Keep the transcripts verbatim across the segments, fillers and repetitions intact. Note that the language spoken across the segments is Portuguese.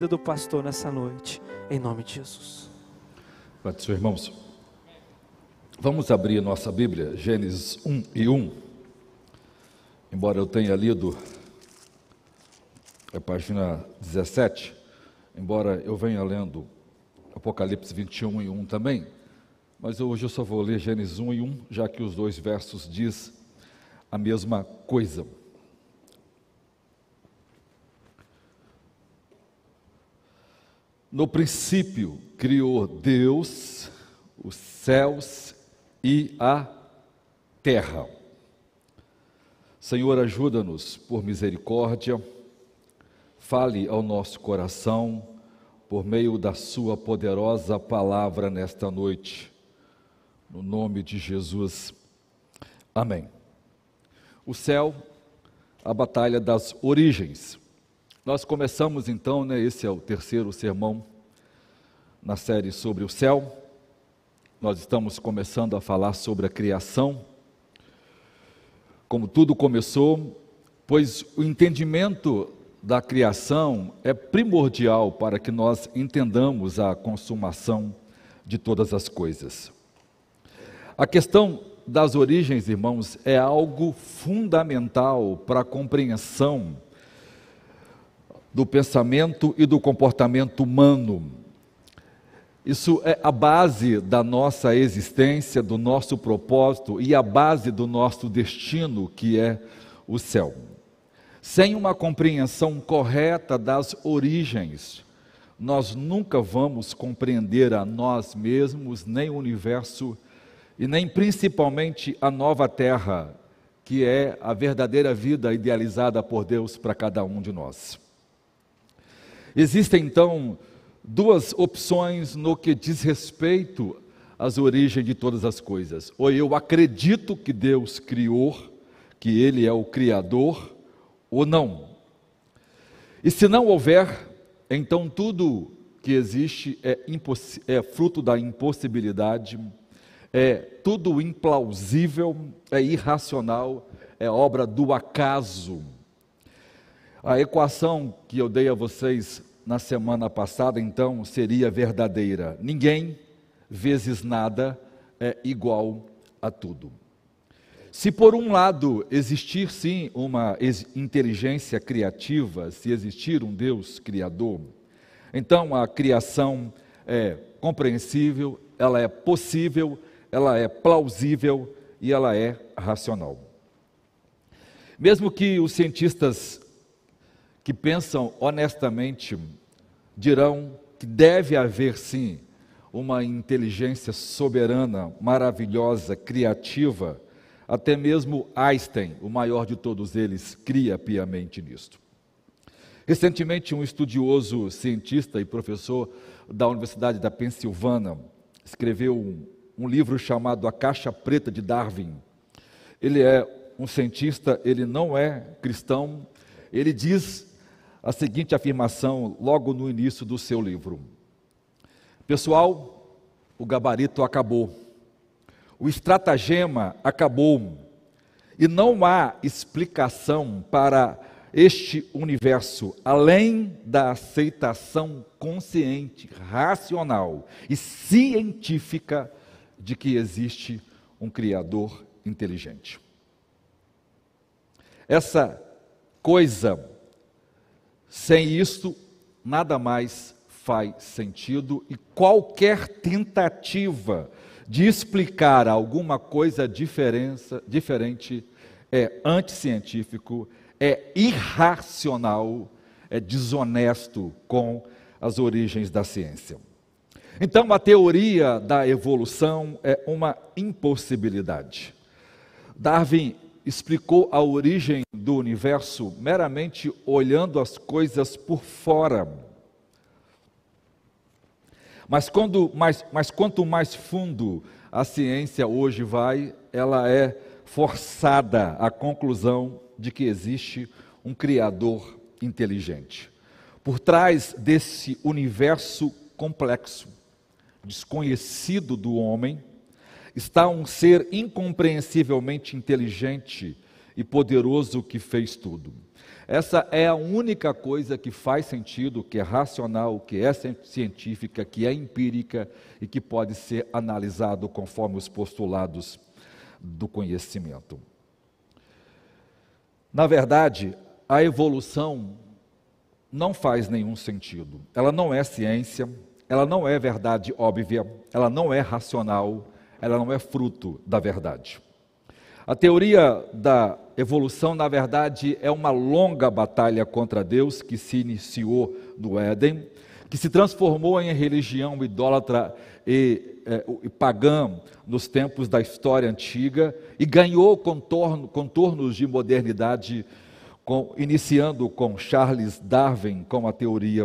do pastor nessa noite, em nome de Jesus. Pai do Senhor, irmãos, vamos abrir a nossa Bíblia, Gênesis um e um, embora eu tenha lido a página dezessete, embora eu venha lendo Apocalipse vinte e um e um também, mas hoje eu só vou ler Gênesis um e um, já que os dois versos diz a mesma coisa. No princípio criou Deus os céus e a terra. Senhor, ajuda-nos por misericórdia, fale ao nosso coração por meio da sua poderosa palavra nesta noite. No nome de Jesus, amém. O céu, a batalha das origens. Nós começamos então, né, esse é o terceiro sermão na série sobre o céu. Nós estamos começando a falar sobre a criação, como tudo começou, pois o entendimento da criação é primordial para que nós entendamos a consumação de todas as coisas. A questão das origens, irmãos, é algo fundamental para a compreensão do pensamento e do comportamento humano. Isso é a base da nossa existência, do nosso propósito e a base do nosso destino, que é o céu. Sem uma compreensão correta das origens, nós nunca vamos compreender a nós mesmos, nem o universo, e nem principalmente a nova terra, que é a verdadeira vida idealizada por Deus para cada um de nós. Existem então duas opções no que diz respeito às origens de todas as coisas. Ou eu acredito que Deus criou, que Ele é o Criador, ou não. E se não houver, então tudo que existe é, é fruto da impossibilidade, é tudo implausível, é irracional, é obra do acaso. A equação que eu dei a vocês na semana passada, então, seria verdadeira. Ninguém vezes nada é igual a tudo. Se por um lado existir sim uma inteligência criativa, se existir um Deus criador, então a criação é compreensível, ela é possível, ela é plausível e ela é racional. Mesmo que os cientistas que pensam honestamente dirão que deve haver sim uma inteligência soberana, maravilhosa, criativa. Até mesmo Einstein, o maior de todos eles, cria piamente nisto. Recentemente, um estudioso cientista e professor da Universidade da Pensilvânia escreveu um, um livro chamado A Caixa Preta de Darwin. Ele é um cientista, ele não é cristão. Ele diz a seguinte afirmação logo no início do seu livro: pessoal, o gabarito acabou, o estratagema acabou, e não há explicação para este universo além da aceitação consciente, racional e científica de que existe um Criador inteligente. Essa coisa, sem isto, nada mais faz sentido, e qualquer tentativa de explicar alguma coisa diferente é anticientífico, é irracional, é desonesto com as origens da ciência. Então, a teoria da evolução é uma impossibilidade. Darwin explicou a origem do universo meramente olhando as coisas por fora. Mas, quando mais, mas quanto mais fundo a ciência hoje vai, ela é forçada à conclusão de que existe um Criador inteligente. Por trás desse universo complexo, desconhecido do homem, está um ser incompreensivelmente inteligente e poderoso que fez tudo. Essa é a única coisa que faz sentido, que é racional, que é científica, que é empírica e que pode ser analisado conforme os postulados do conhecimento. Na verdade, a evolução não faz nenhum sentido. Ela não é ciência, ela não é verdade óbvia, ela não é racional, ela não é fruto da verdade. A teoria da evolução, na verdade, é uma longa batalha contra Deus que se iniciou no Éden, que se transformou em religião idólatra e, é, e pagã nos tempos da história antiga e ganhou contorno, contornos de modernidade, com, iniciando com Charles Darwin, com a teoria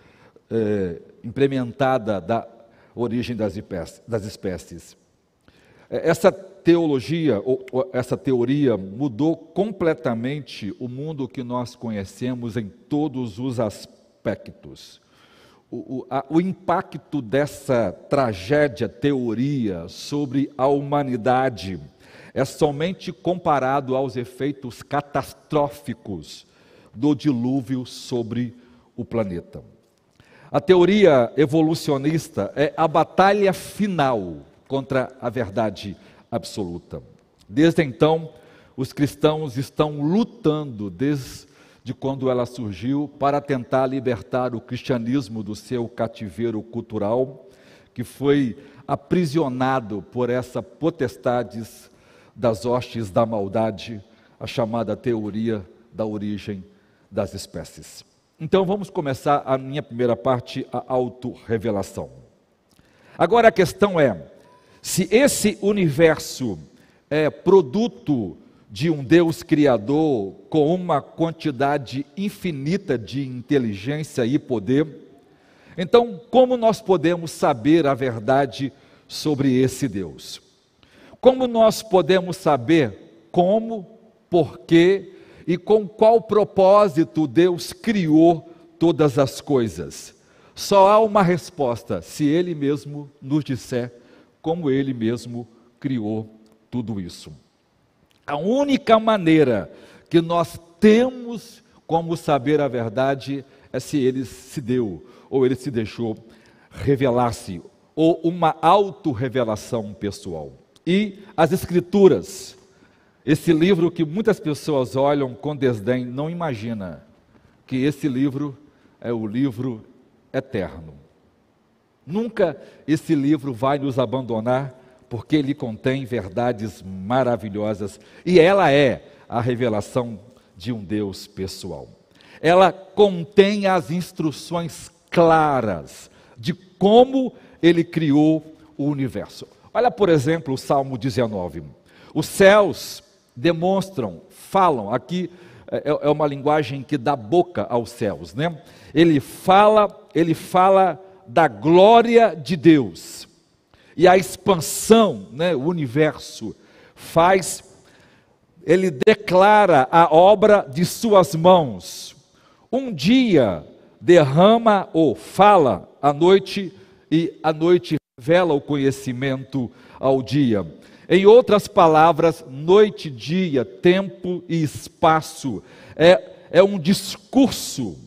é, implementada da origem das espécies. Das espécies. Essa teologia, ou, ou essa teoria mudou completamente o mundo que nós conhecemos em todos os aspectos. O, o, a, o impacto dessa tragédia teoria sobre a humanidade é somente comparado aos efeitos catastróficos do dilúvio sobre o planeta. A teoria evolucionista é a batalha final contra a verdade absoluta. Desde então, os cristãos estão lutando, desde quando ela surgiu, para tentar libertar o cristianismo do seu cativeiro cultural, que foi aprisionado por essa potestades das hostes da maldade, a chamada teoria da origem das espécies. Então vamos começar a minha primeira parte, a autorrevelação. Agora a questão é, se esse universo é produto de um Deus criador com uma quantidade infinita de inteligência e poder, então como nós podemos saber a verdade sobre esse Deus? Como nós podemos saber como, por quê e com qual propósito Deus criou todas as coisas? Só há uma resposta, se Ele mesmo nos disser como Ele mesmo criou tudo isso. A única maneira que nós temos como saber a verdade é se Ele se deu, ou Ele se deixou revelar-se, ou uma autorrevelação pessoal. E as Escrituras, esse livro que muitas pessoas olham com desdém, não imagina que esse livro é o livro eterno. Nunca esse livro vai nos abandonar, porque ele contém verdades maravilhosas, e ela é a revelação de um Deus pessoal. Ela contém as instruções claras de como Ele criou o universo. Olha, por exemplo, o Salmo dezenove. Os céus demonstram, falam, aqui é, é uma linguagem que dá boca aos céus, né? Ele fala, ele fala da glória de Deus. E a expansão, né, o universo, faz, ele declara a obra de suas mãos. Um dia derrama ou fala à noite, e a noite revela o conhecimento ao dia. Em outras palavras, noite, dia, tempo e espaço. É, é um discurso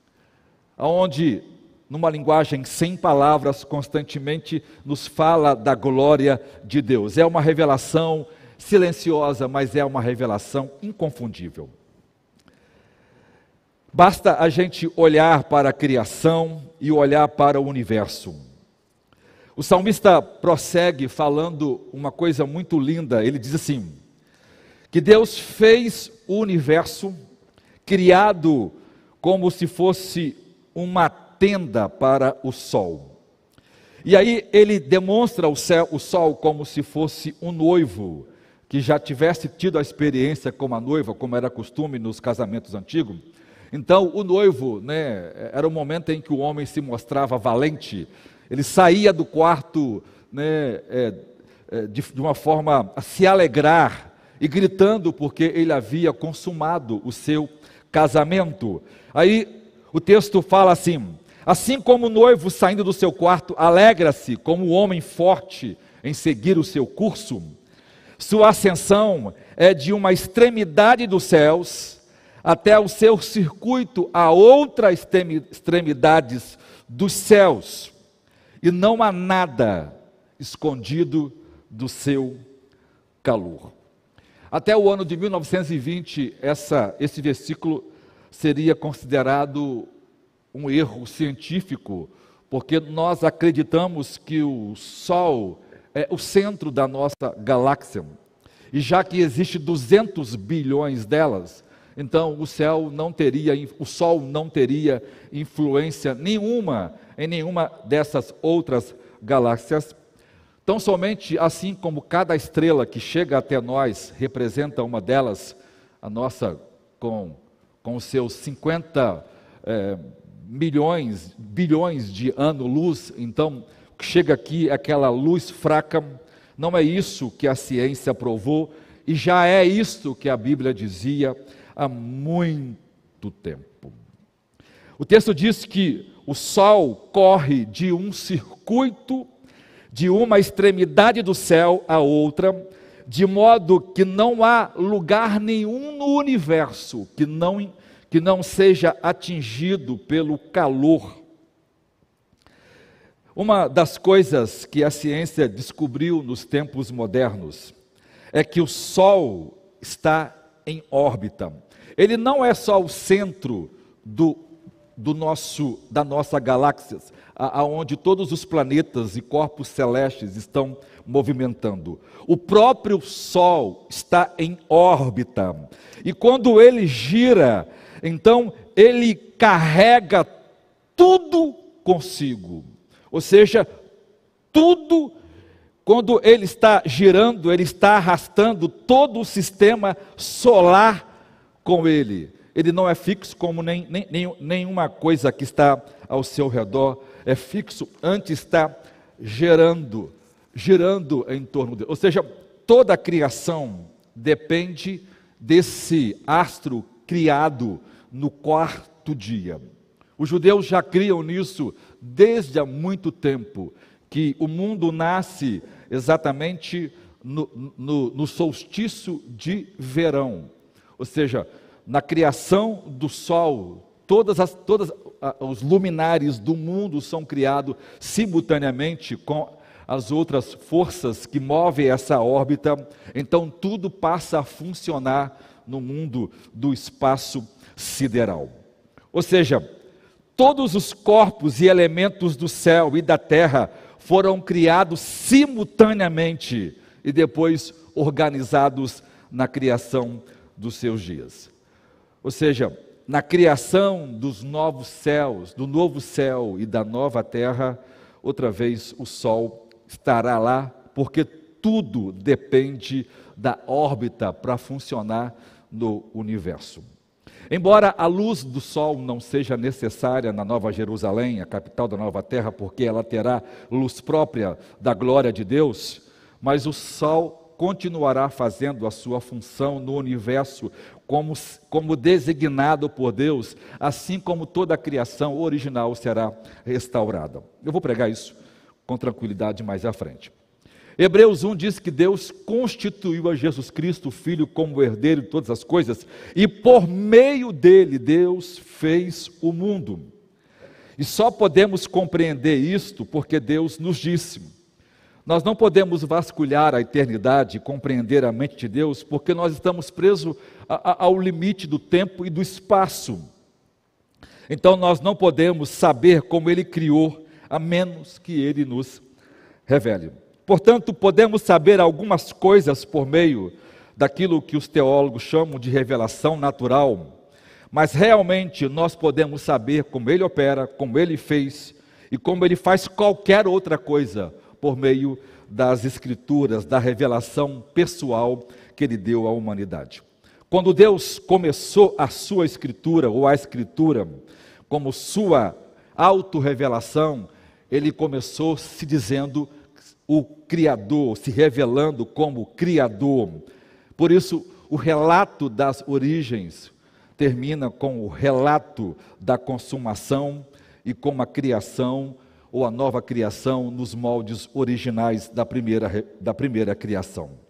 onde, numa linguagem sem palavras, constantemente nos fala da glória de Deus. É uma revelação silenciosa, mas é uma revelação inconfundível. Basta a gente olhar para a criação e olhar para o universo. O salmista prossegue falando uma coisa muito linda. Ele diz assim, que Deus fez o universo criado como se fosse uma tenda para o sol. E aí ele demonstra o, céu, o sol como se fosse um noivo, que já tivesse tido a experiência com a noiva, como era costume nos casamentos antigos. Então o noivo, né, era o momento em que o homem se mostrava valente. Ele saía do quarto, né, é, é, de, de uma forma a se alegrar e gritando porque ele havia consumado o seu casamento. Aí o texto fala assim, assim como o noivo saindo do seu quarto alegra-se como o homem forte em seguir o seu curso, Sua ascensão é de uma extremidade dos céus até o seu circuito a outras extremidades dos céus, e não há nada escondido do seu calor. Até o ano de mil novecentos e vinte, essa, esse versículo seria considerado um erro científico, porque nós acreditamos que o Sol é o centro da nossa galáxia, e já que existe duzentos bilhões delas, então o céu não teria, o Sol não teria influência nenhuma em nenhuma dessas outras galáxias. Tão somente assim como cada estrela que chega até nós representa uma delas, a nossa com, com os seus cinquenta é, milhões, bilhões de ano-luz, então o que chega aqui é aquela luz fraca. Não é isso que a ciência provou, e já é isso que a Bíblia dizia há muito tempo. O texto diz que o Sol corre de um circuito, de uma extremidade do céu à outra, de modo que não há lugar nenhum no universo que não, que não seja atingido pelo calor. Uma das coisas que a ciência descobriu nos tempos modernos é que o Sol está em órbita. Ele não é só o centro do, do nosso, da nossa galáxia, aonde todos os planetas e corpos celestes estão movimentando. O próprio Sol está em órbita, e quando ele gira, então ele carrega tudo consigo. Ou seja, tudo, quando ele está girando, ele está arrastando todo o sistema solar com ele. Ele não é fixo como nem, nem, nem, nenhuma coisa que está ao seu redor é fixo, antes está girando, girando em torno dele. Ou seja, toda a criação depende desse astro criado no quarto dia. Os judeus já criam nisso desde há muito tempo, que o mundo nasce exatamente no, no, no solstício de verão. Ou seja, na criação do Sol, todas as, todas os luminares do mundo são criados simultaneamente com as outras forças que movem essa órbita. Então tudo passa a funcionar no mundo do espaço sideral. Ou seja, todos os corpos e elementos do céu e da terra foram criados simultaneamente e depois organizados na criação dos seus dias. Ou seja, na criação dos novos céus, do novo céu e da nova terra, outra vez o Sol estará lá, porque tudo depende da órbita para funcionar no universo. Embora a luz do Sol não seja necessária na Nova Jerusalém, a capital da nova terra, porque ela terá luz própria da glória de Deus, mas o Sol continuará fazendo a sua função no universo como, como designado por Deus, assim como toda a criação original será restaurada. Eu vou pregar isso com tranquilidade mais à frente. Hebreus um diz que Deus constituiu a Jesus Cristo, o Filho, como herdeiro de todas as coisas, e por meio dele Deus fez o mundo. E só podemos compreender isto porque Deus nos disse. Nós não podemos vasculhar a eternidade e compreender a mente de Deus, porque nós estamos presos a, a, ao limite do tempo e do espaço. Então nós não podemos saber como Ele criou, a menos que Ele nos revele. Portanto, podemos saber algumas coisas por meio daquilo que os teólogos chamam de revelação natural, mas realmente nós podemos saber como Ele opera, como Ele fez e como Ele faz qualquer outra coisa por meio das Escrituras, da revelação pessoal que Ele deu à humanidade. Quando Deus começou a sua Escritura, ou a Escritura, como sua autorrevelação, Ele começou se dizendo o Criador, se revelando como Criador. Por isso, o relato das origens termina com o relato da consumação e com a criação, ou a nova criação, nos moldes originais da primeira, da primeira criação.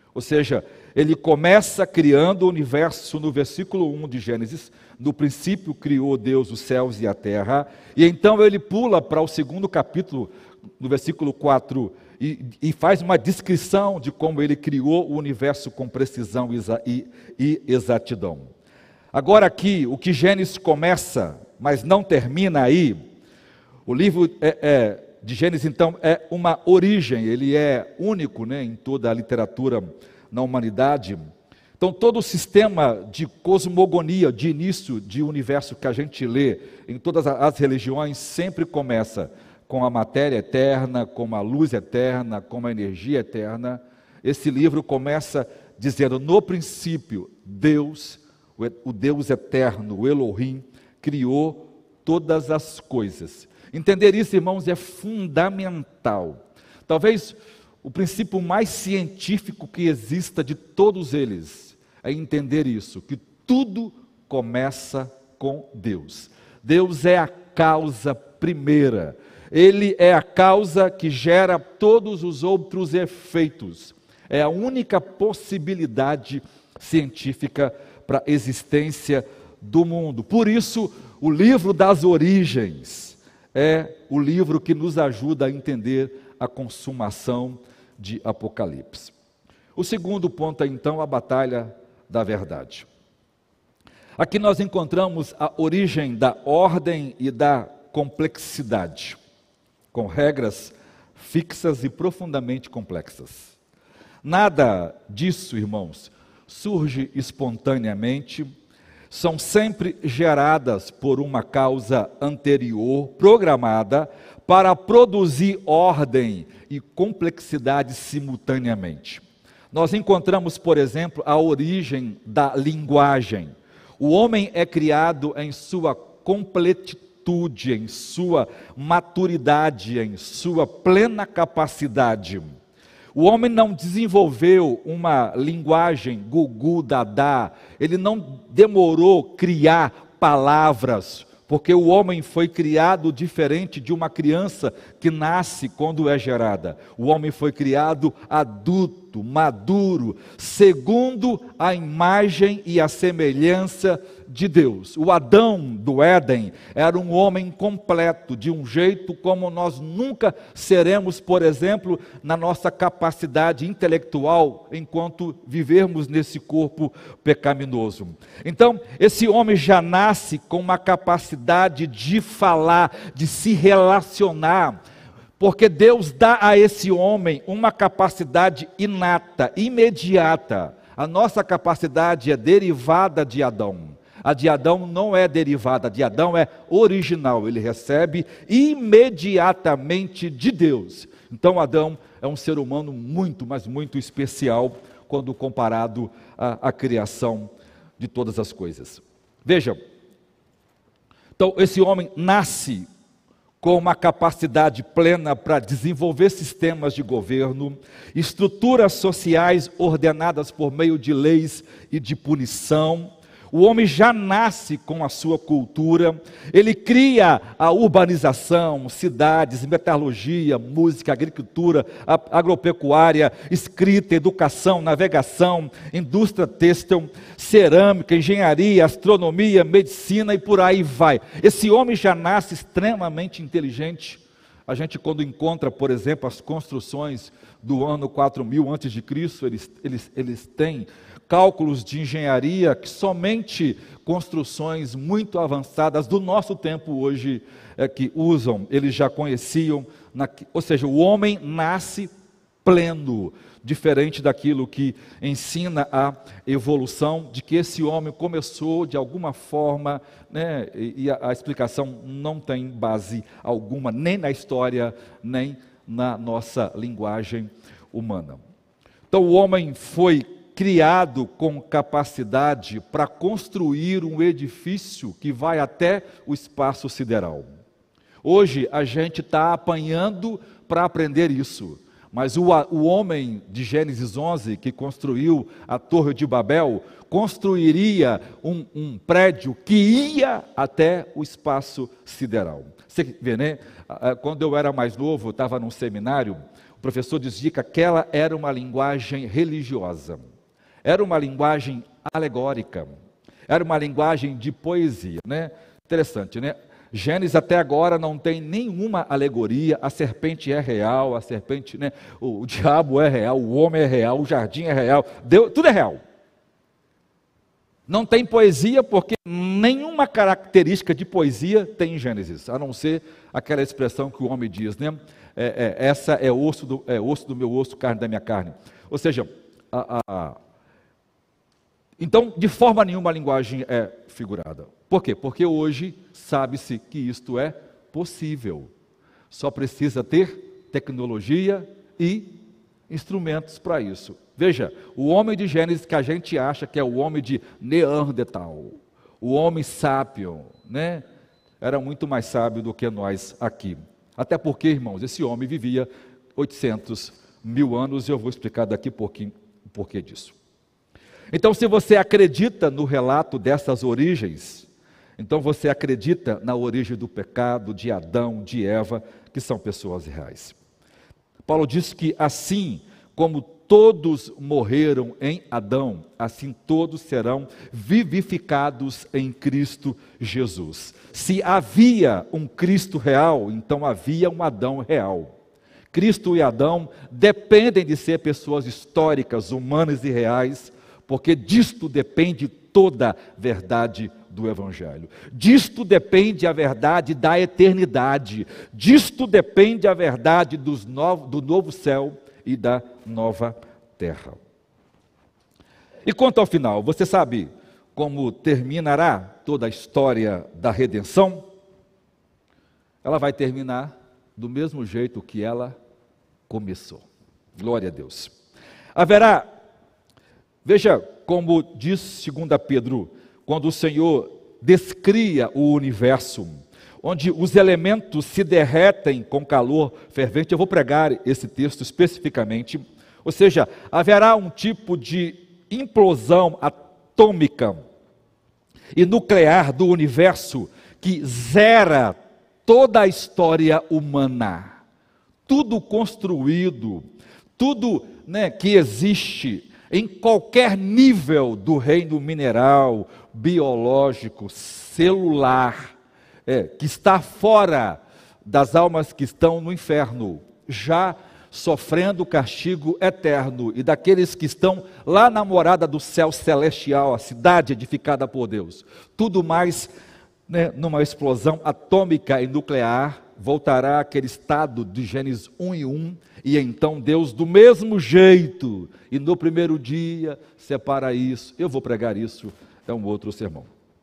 Ou seja, ele começa criando o universo no versículo um de Gênesis. No princípio criou Deus os céus e a terra. E então ele pula para o segundo capítulo, no versículo quatro, e, e faz uma descrição de como ele criou o universo com precisão e, e exatidão. Agora aqui, o que Gênesis começa, mas não termina aí, o livro é, é, de Gênesis então é uma origem, ele é único, né, em toda a literatura na humanidade. Então todo o sistema de cosmogonia, de início de universo que a gente lê em todas as religiões sempre começa com a matéria eterna, com a luz eterna, com a energia eterna. Esse livro começa dizendo, no princípio, Deus, o Deus eterno, o Elohim, criou todas as coisas. Entender isso, irmãos, é fundamental. Talvez o princípio mais científico que exista de todos eles é entender isso, que tudo começa com Deus. Deus é a causa primeira. Ele é a causa que gera todos os outros efeitos. É a única possibilidade científica para a existência do mundo. Por isso, o livro das origens é o livro que nos ajuda a entender a consumação de Apocalipse. O segundo ponto é então a batalha da verdade. Aqui nós encontramos a origem da ordem e da complexidade, com regras fixas e profundamente complexas. Nada disso, irmãos, surge espontaneamente, são sempre geradas por uma causa anterior, programada, para produzir ordem e complexidade simultaneamente. Nós encontramos, por exemplo, a origem da linguagem. O homem é criado em sua completitude, em sua maturidade, em sua plena capacidade. O homem não desenvolveu uma linguagem gugu dadá, ele não demorou criar palavras, porque o homem foi criado diferente de uma criança que nasce quando é gerada. O homem foi criado adulto, maduro, segundo a imagem e a semelhança de Deus. O Adão do Éden era um homem completo, de um jeito como nós nunca seremos, por exemplo, na nossa capacidade intelectual, enquanto vivermos nesse corpo pecaminoso. Então, esse homem já nasce com uma capacidade de falar, de se relacionar, porque Deus dá a esse homem uma capacidade inata, imediata. A nossa capacidade é derivada de Adão. A de Adão não é derivada, a de Adão é original, ele recebe imediatamente de Deus. Então Adão é um ser humano muito, mas muito especial quando comparado à, à criação de todas as coisas. Veja, então esse homem nasce com uma capacidade plena para desenvolver sistemas de governo, estruturas sociais ordenadas por meio de leis e de punição. O homem já nasce com a sua cultura, ele cria a urbanização, cidades, metalurgia, música, agricultura, agropecuária, escrita, educação, navegação, indústria têxtil, cerâmica, engenharia, astronomia, medicina e por aí vai. Esse homem já nasce extremamente inteligente. A gente quando encontra, por exemplo, as construções do ano quatro mil antes de Cristo, eles, eles, eles têm cálculos de engenharia que somente construções muito avançadas do nosso tempo hoje é, que usam, eles já conheciam, na, ou seja, o homem nasce pleno, diferente daquilo que ensina a evolução, de que esse homem começou de alguma forma, né, e, e a, a explicação não tem base alguma, nem na história, nem na nossa linguagem humana. Então o homem foi criado com capacidade para construir um edifício que vai até o espaço sideral. Hoje a gente está apanhando para aprender isso, Mas o, o homem de Gênesis onze, que construiu a Torre de Babel, construiria um, um prédio que ia até o espaço sideral. Você vê, né? Quando eu era mais novo, estava num seminário, o professor dizia que aquela era uma linguagem religiosa, era uma linguagem alegórica, era uma linguagem de poesia, né? Interessante, né? Gênesis até agora não tem nenhuma alegoria, a serpente é real, a serpente, né? o, o diabo é real, o homem é real, o jardim é real, Deus, tudo é real. Não tem poesia porque nenhuma característica de poesia tem em Gênesis, a não ser aquela expressão que o homem diz, né? É, é, essa é osso, do, é osso do meu osso, carne da minha carne. Ou seja, a, a, então de forma nenhuma a linguagem é figurada. Por quê? Porque hoje sabe-se que isto é possível. Só precisa ter tecnologia e instrumentos para isso. Veja, o homem de Gênesis que a gente acha que é o homem de Neandertal, o homem sábio, né? Era muito mais sábio do que nós aqui. Até porque, irmãos, esse homem vivia oitocentos mil anos e eu vou explicar daqui a pouquinho o porquê disso. Então, se você acredita no relato dessas origens, então você acredita na origem do pecado, de Adão, de Eva, que são pessoas reais. Paulo diz que assim como todos morreram em Adão, assim todos serão vivificados em Cristo Jesus. Se havia um Cristo real, então havia um Adão real. Cristo e Adão dependem de ser pessoas históricas, humanas e reais, porque disto depende toda a verdade do Evangelho. Disto depende a verdade da eternidade. Disto depende a verdade dos novo, do novo céu e da nova terra. E quanto ao final, você sabe como terminará toda a história da redenção? Ela vai terminar do mesmo jeito que ela começou. Glória a Deus. Haverá, veja como diz segundo Pedro, quando o Senhor descria o universo, onde os elementos se derretem com calor fervente. Eu vou pregar esse texto especificamente. Ou seja, haverá um tipo de implosão atômica e nuclear do universo que zera toda a história humana. Tudo construído, tudo, né, que existe em qualquer nível do reino mineral, biológico, celular, é, que está fora das almas que estão no inferno, já sofrendo o castigo eterno, e daqueles que estão lá na morada do céu celestial, a cidade edificada por Deus. Tudo mais, né, numa explosão atômica e nuclear, voltará àquele estado de Gênesis um e um, e então Deus, do mesmo jeito, e no primeiro dia, separa isso. Eu vou pregar isso, é um outro sermão.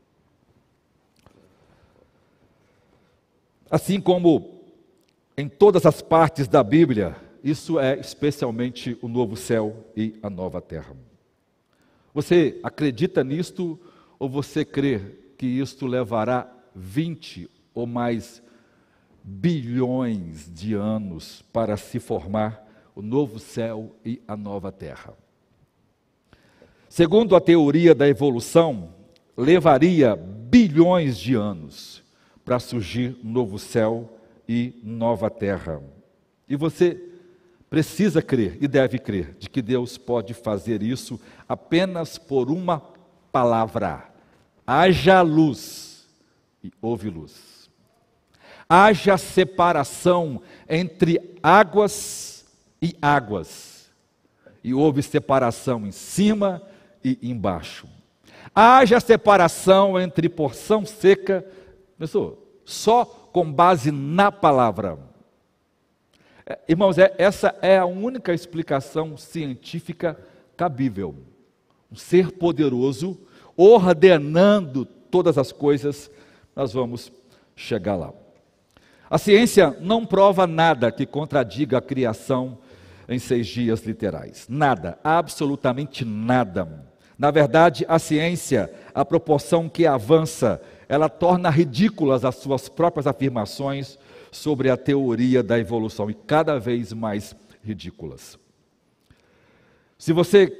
Assim como em todas as partes da Bíblia, isso é especialmente o novo céu e a nova terra. Você acredita nisto ou você crê que isto levará vinte ou mais bilhões de anos para se formar o novo céu e a nova terra? Segundo a teoria da evolução, levaria bilhões de anos para surgir um novo céu e nova terra. E você precisa crer e deve crer de que Deus pode fazer isso apenas por uma palavra: haja luz, e houve luz. Haja separação entre águas e águas, e houve separação em cima e embaixo. Haja separação entre porção seca, pensou? Só com base na palavra. É, irmãos, é, essa é a única explicação científica cabível. Um ser poderoso ordenando todas as coisas, nós vamos chegar lá. A ciência não prova nada que contradiga a criação em seis dias literais. Nada, absolutamente nada. Na verdade, a ciência, à proporção que avança, ela torna ridículas as suas próprias afirmações sobre a teoria da evolução, e cada vez mais ridículas. Se você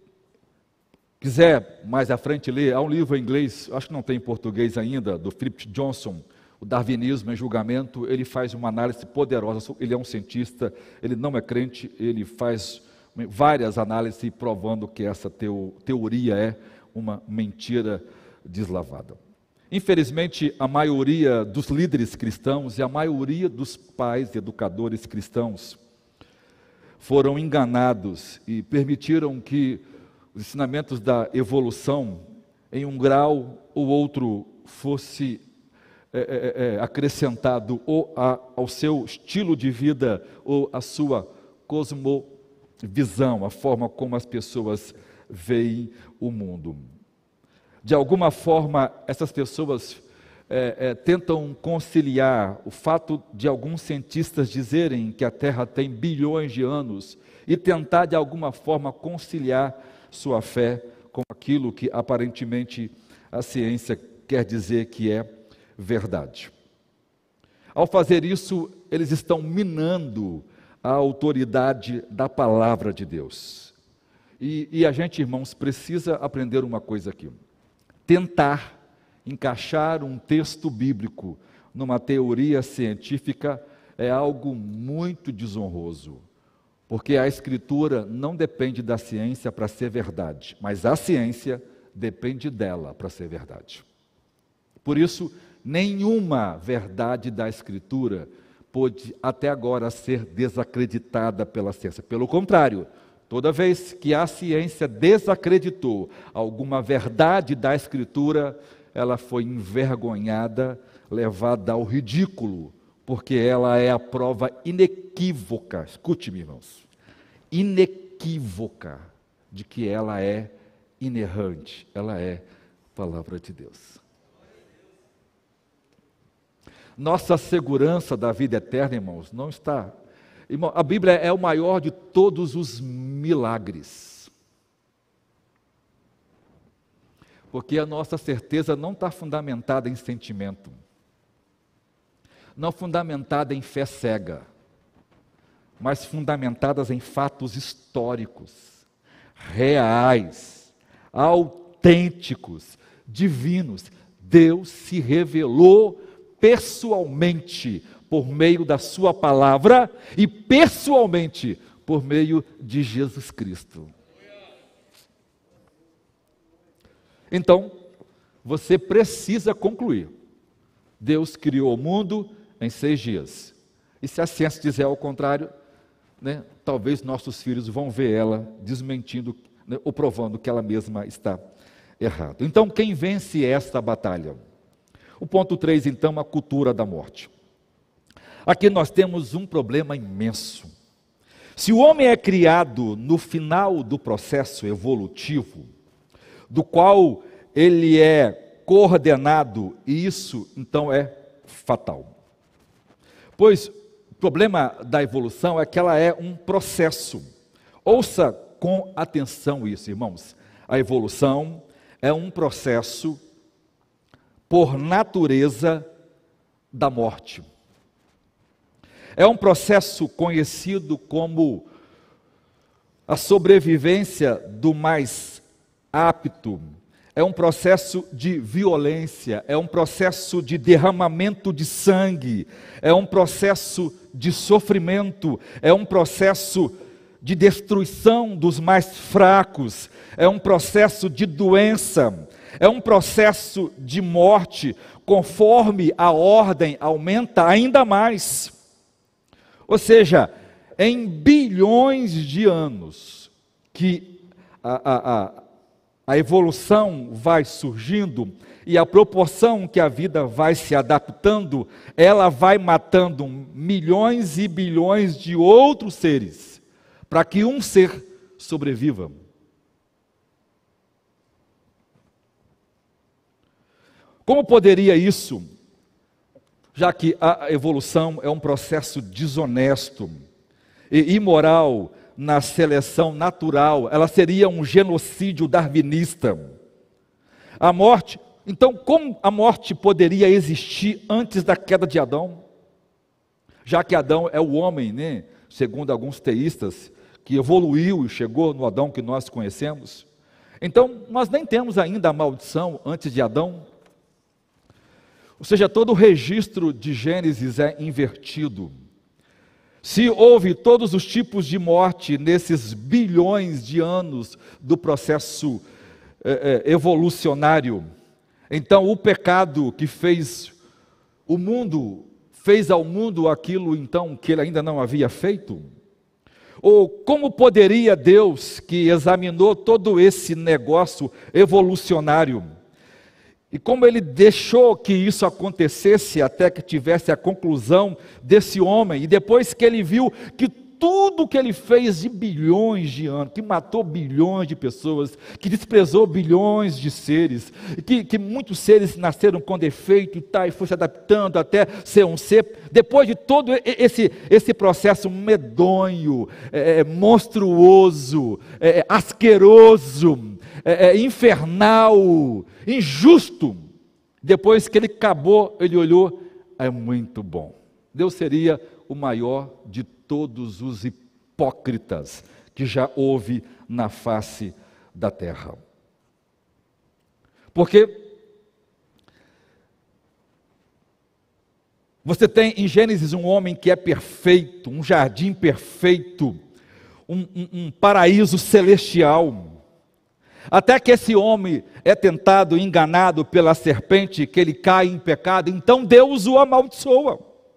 quiser mais à frente ler, há um livro em inglês, acho que não tem em português ainda, do Philip Johnson, O Darwinismo em Julgamento. Ele faz uma análise poderosa, ele é um cientista, ele não é crente, ele faz várias análises provando que essa teo, teoria é uma mentira deslavada. Infelizmente, a maioria dos líderes cristãos e a maioria dos pais e educadores cristãos foram enganados e permitiram que os ensinamentos da evolução, em um grau ou outro, fosse é, é, é, acrescentado ou a, ao seu estilo de vida ou à sua cosmovisão, a forma como as pessoas veem o mundo. De alguma forma, essas pessoas é, é, tentam conciliar o fato de alguns cientistas dizerem que a Terra tem bilhões de anos e tentar, de alguma forma, conciliar sua fé com aquilo que aparentemente a ciência quer dizer que é verdade. Ao fazer isso, eles estão minando a autoridade da palavra de Deus. E, e a gente, irmãos, precisa aprender uma coisa aqui. Tentar encaixar um texto bíblico numa teoria científica é algo muito desonroso, porque a Escritura não depende da ciência para ser verdade, mas a ciência depende dela para ser verdade. Por isso, nenhuma verdade da Escritura pôde até agora ser desacreditada pela ciência. Pelo contrário, toda vez que a ciência desacreditou alguma verdade da Escritura, ela foi envergonhada, levada ao ridículo, porque ela é a prova inequívoca, escute-me, irmãos, inequívoca de que ela é inerrante, ela é palavra de Deus. Nossa segurança da vida eterna, irmãos, não está... Irmão, a Bíblia é o maior de todos os milagres. Porque a nossa certeza não está fundamentada em sentimento, não fundamentada em fé cega, mas fundamentadas em fatos históricos, reais, autênticos, divinos. Deus se revelou pessoalmente por meio da sua palavra e pessoalmente por meio de Jesus Cristo. Então, você precisa concluir. Deus criou o mundo em seis dias. E se a ciência dizer ao contrário, né, talvez nossos filhos vão ver ela desmentindo, né, ou provando que ela mesma está errada. Então, quem vence esta batalha? O ponto três, então, a cultura da morte. Aqui nós temos um problema imenso. Se o homem é criado no final do processo evolutivo, do qual ele é coordenado, e isso então é fatal. Pois o problema da evolução é que ela é um processo. Ouça com atenção isso, irmãos. A evolução é um processo por natureza da morte. É um processo conhecido como a sobrevivência do mais apto. É um processo de violência, é um processo de derramamento de sangue, é um processo de sofrimento, é um processo de destruição dos mais fracos, é um processo de doença, é um processo de morte, conforme a ordem aumenta ainda mais. Ou seja, em bilhões de anos que a, a, a, a evolução vai surgindo e a proporção que a vida vai se adaptando, ela vai matando milhões e bilhões de outros seres, para que um ser sobreviva. Como poderia isso, já que a evolução é um processo desonesto e imoral na seleção natural, ela seria um genocídio darwinista. A morte, então como a morte poderia existir antes da queda de Adão? Já que Adão é o homem, né, segundo alguns teístas, que evoluiu e chegou no Adão que nós conhecemos. Então, nós nem temos ainda a maldição antes de Adão. Ou seja, todo o registro de Gênesis é invertido. Se houve todos os tipos de morte nesses bilhões de anos do processo é, é, evolucionário, então o pecado que fez o mundo, fez ao mundo aquilo então que ele ainda não havia feito? Ou como poderia Deus, que examinou todo esse negócio evolucionário, e como ele deixou que isso acontecesse até que tivesse a conclusão desse homem, e depois que ele viu que tudo que ele fez de bilhões de anos, que matou bilhões de pessoas, que desprezou bilhões de seres, que, que muitos seres nasceram com defeito e tal, e foi se adaptando até ser um ser, depois de todo esse, esse processo medonho, é, monstruoso, é, asqueroso, é, é, infernal, injusto, depois que ele acabou, ele olhou, é muito bom. Deus seria o maior de todos os hipócritas que já houve na face da terra. Porque você tem em Gênesis um homem que é perfeito, um jardim perfeito, um, um, um paraíso celestial. Até que esse homem é tentado, enganado pela serpente, que ele cai em pecado, então Deus o amaldiçoa.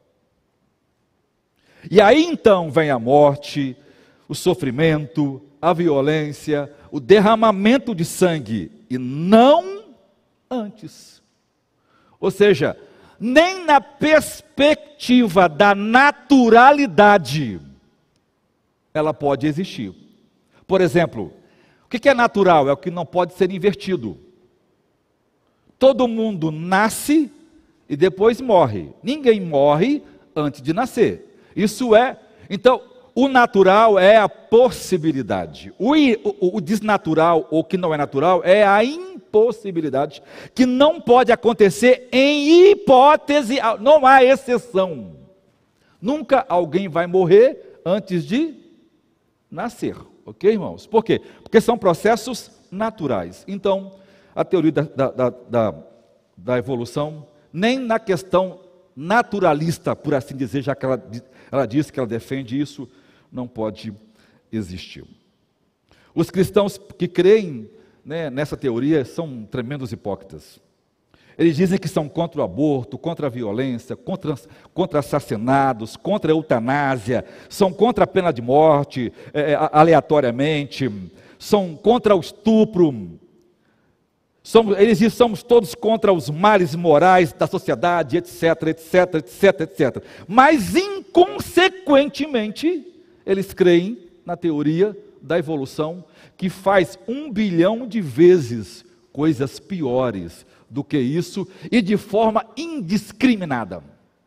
E aí então vem a morte, o sofrimento, a violência, o derramamento de sangue, e não antes. Ou seja, nem na perspectiva da naturalidade, ela pode existir. Por exemplo, o que é natural? É o que não pode ser invertido. Todo mundo nasce e depois morre. Ninguém morre antes de nascer. Isso é, então, o natural é a possibilidade. O, o, o desnatural, ou que não é natural, é a impossibilidade, que não pode acontecer em hipótese, não há exceção. Nunca alguém vai morrer antes de nascer, ok, irmãos? Por quê? Porque são processos naturais. Então, a teoria da, da, da, da evolução, nem na questão naturalista, por assim dizer, já que ela, ela diz que ela defende isso, não pode existir. Os cristãos que creem, né, nessa teoria são tremendos hipócritas. Eles dizem que são contra o aborto, contra a violência, contra, contra assassinados, contra a eutanásia, são contra a pena de morte, é, aleatoriamente, são contra o estupro. Somos, eles dizem que somos todos contra os males morais da sociedade, etc, etc, etc, etcétera. Mas, inconsequentemente, eles creem na teoria da evolução, que faz um bilhão de vezes coisas piores do que isso, e de forma indiscriminada.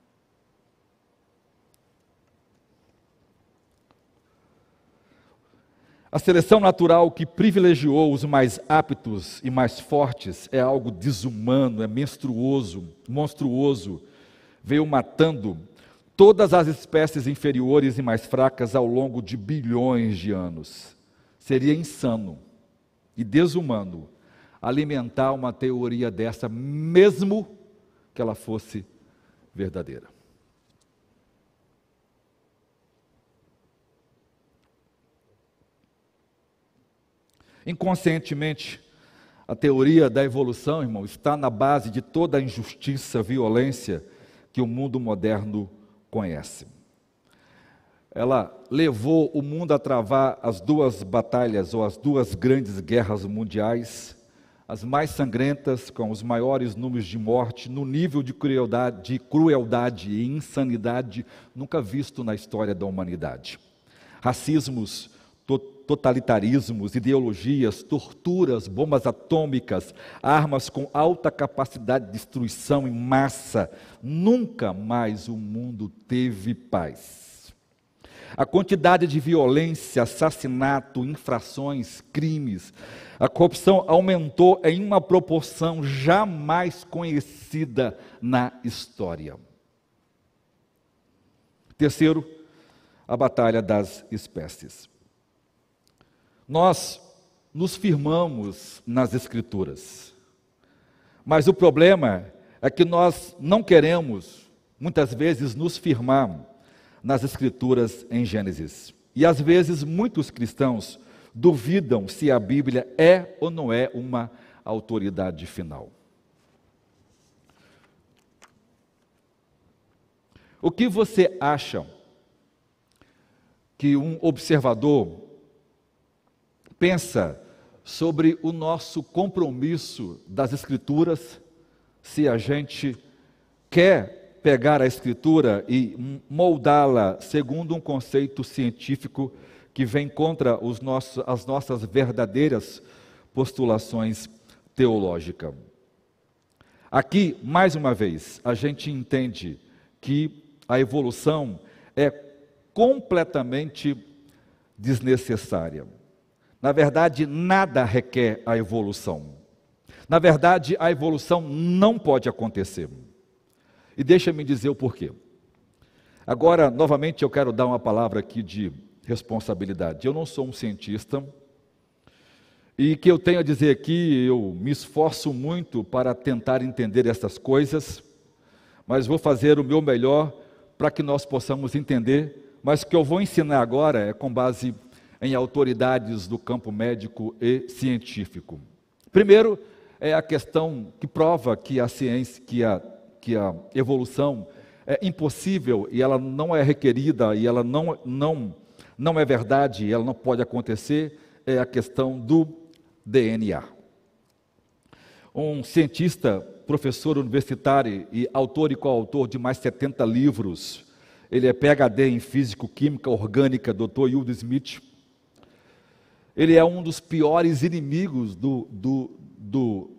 A seleção natural que privilegiou os mais aptos e mais fortes é algo desumano, é monstruoso, monstruoso. Veio matando todas as espécies inferiores e mais fracas ao longo de bilhões de anos. Seria insano e desumano alimentar uma teoria dessa, mesmo que ela fosse verdadeira. Inconscientemente, a teoria da evolução, irmão, está na base de toda a injustiça, violência que o mundo moderno conhece. Ela levou o mundo a travar as duas batalhas, ou as duas grandes guerras mundiais, as mais sangrentas, com os maiores números de morte, no nível de crueldade, de crueldade e insanidade nunca visto na história da humanidade. Racismos, totalitarismos, ideologias, torturas, bombas atômicas, armas com alta capacidade de destruição em massa. Nunca mais o mundo teve paz. A quantidade de violência, assassinato, infrações, crimes, a corrupção aumentou em uma proporção jamais conhecida na história. Terceiro, a batalha das espécies. Nós nos firmamos nas Escrituras, mas o problema é que nós não queremos, muitas vezes, nos firmar nas Escrituras em Gênesis. E às vezes muitos cristãos duvidam se a Bíblia é ou não é uma autoridade final. O que você acha que um observador pensa sobre o nosso compromisso das Escrituras, se a gente quer pegar a Escritura e moldá-la segundo um conceito científico que vem contra os nossos, as nossas verdadeiras postulações teológicas? Aqui, mais uma vez, a gente entende que a evolução é completamente desnecessária. Na verdade, nada requer a evolução. Na verdade, a evolução não pode acontecer. E deixa-me dizer o porquê. Agora, novamente, eu quero dar uma palavra aqui de responsabilidade. Eu não sou um cientista, e que eu tenho a dizer aqui, eu me esforço muito para tentar entender essas coisas, mas vou fazer o meu melhor para que nós possamos entender, mas o que eu vou ensinar agora é com base em autoridades do campo médico e científico. Primeiro, é a questão que prova que a ciência, que a, que a evolução é impossível e ela não é requerida e ela não, não, não é verdade e ela não pode acontecer, é a questão do D N A. Um cientista, professor universitário e autor e coautor de mais de setenta livros, ele é P H D em Físico-Química Orgânica, doutor Yudo Smith. Ele é um dos piores inimigos do, do, do,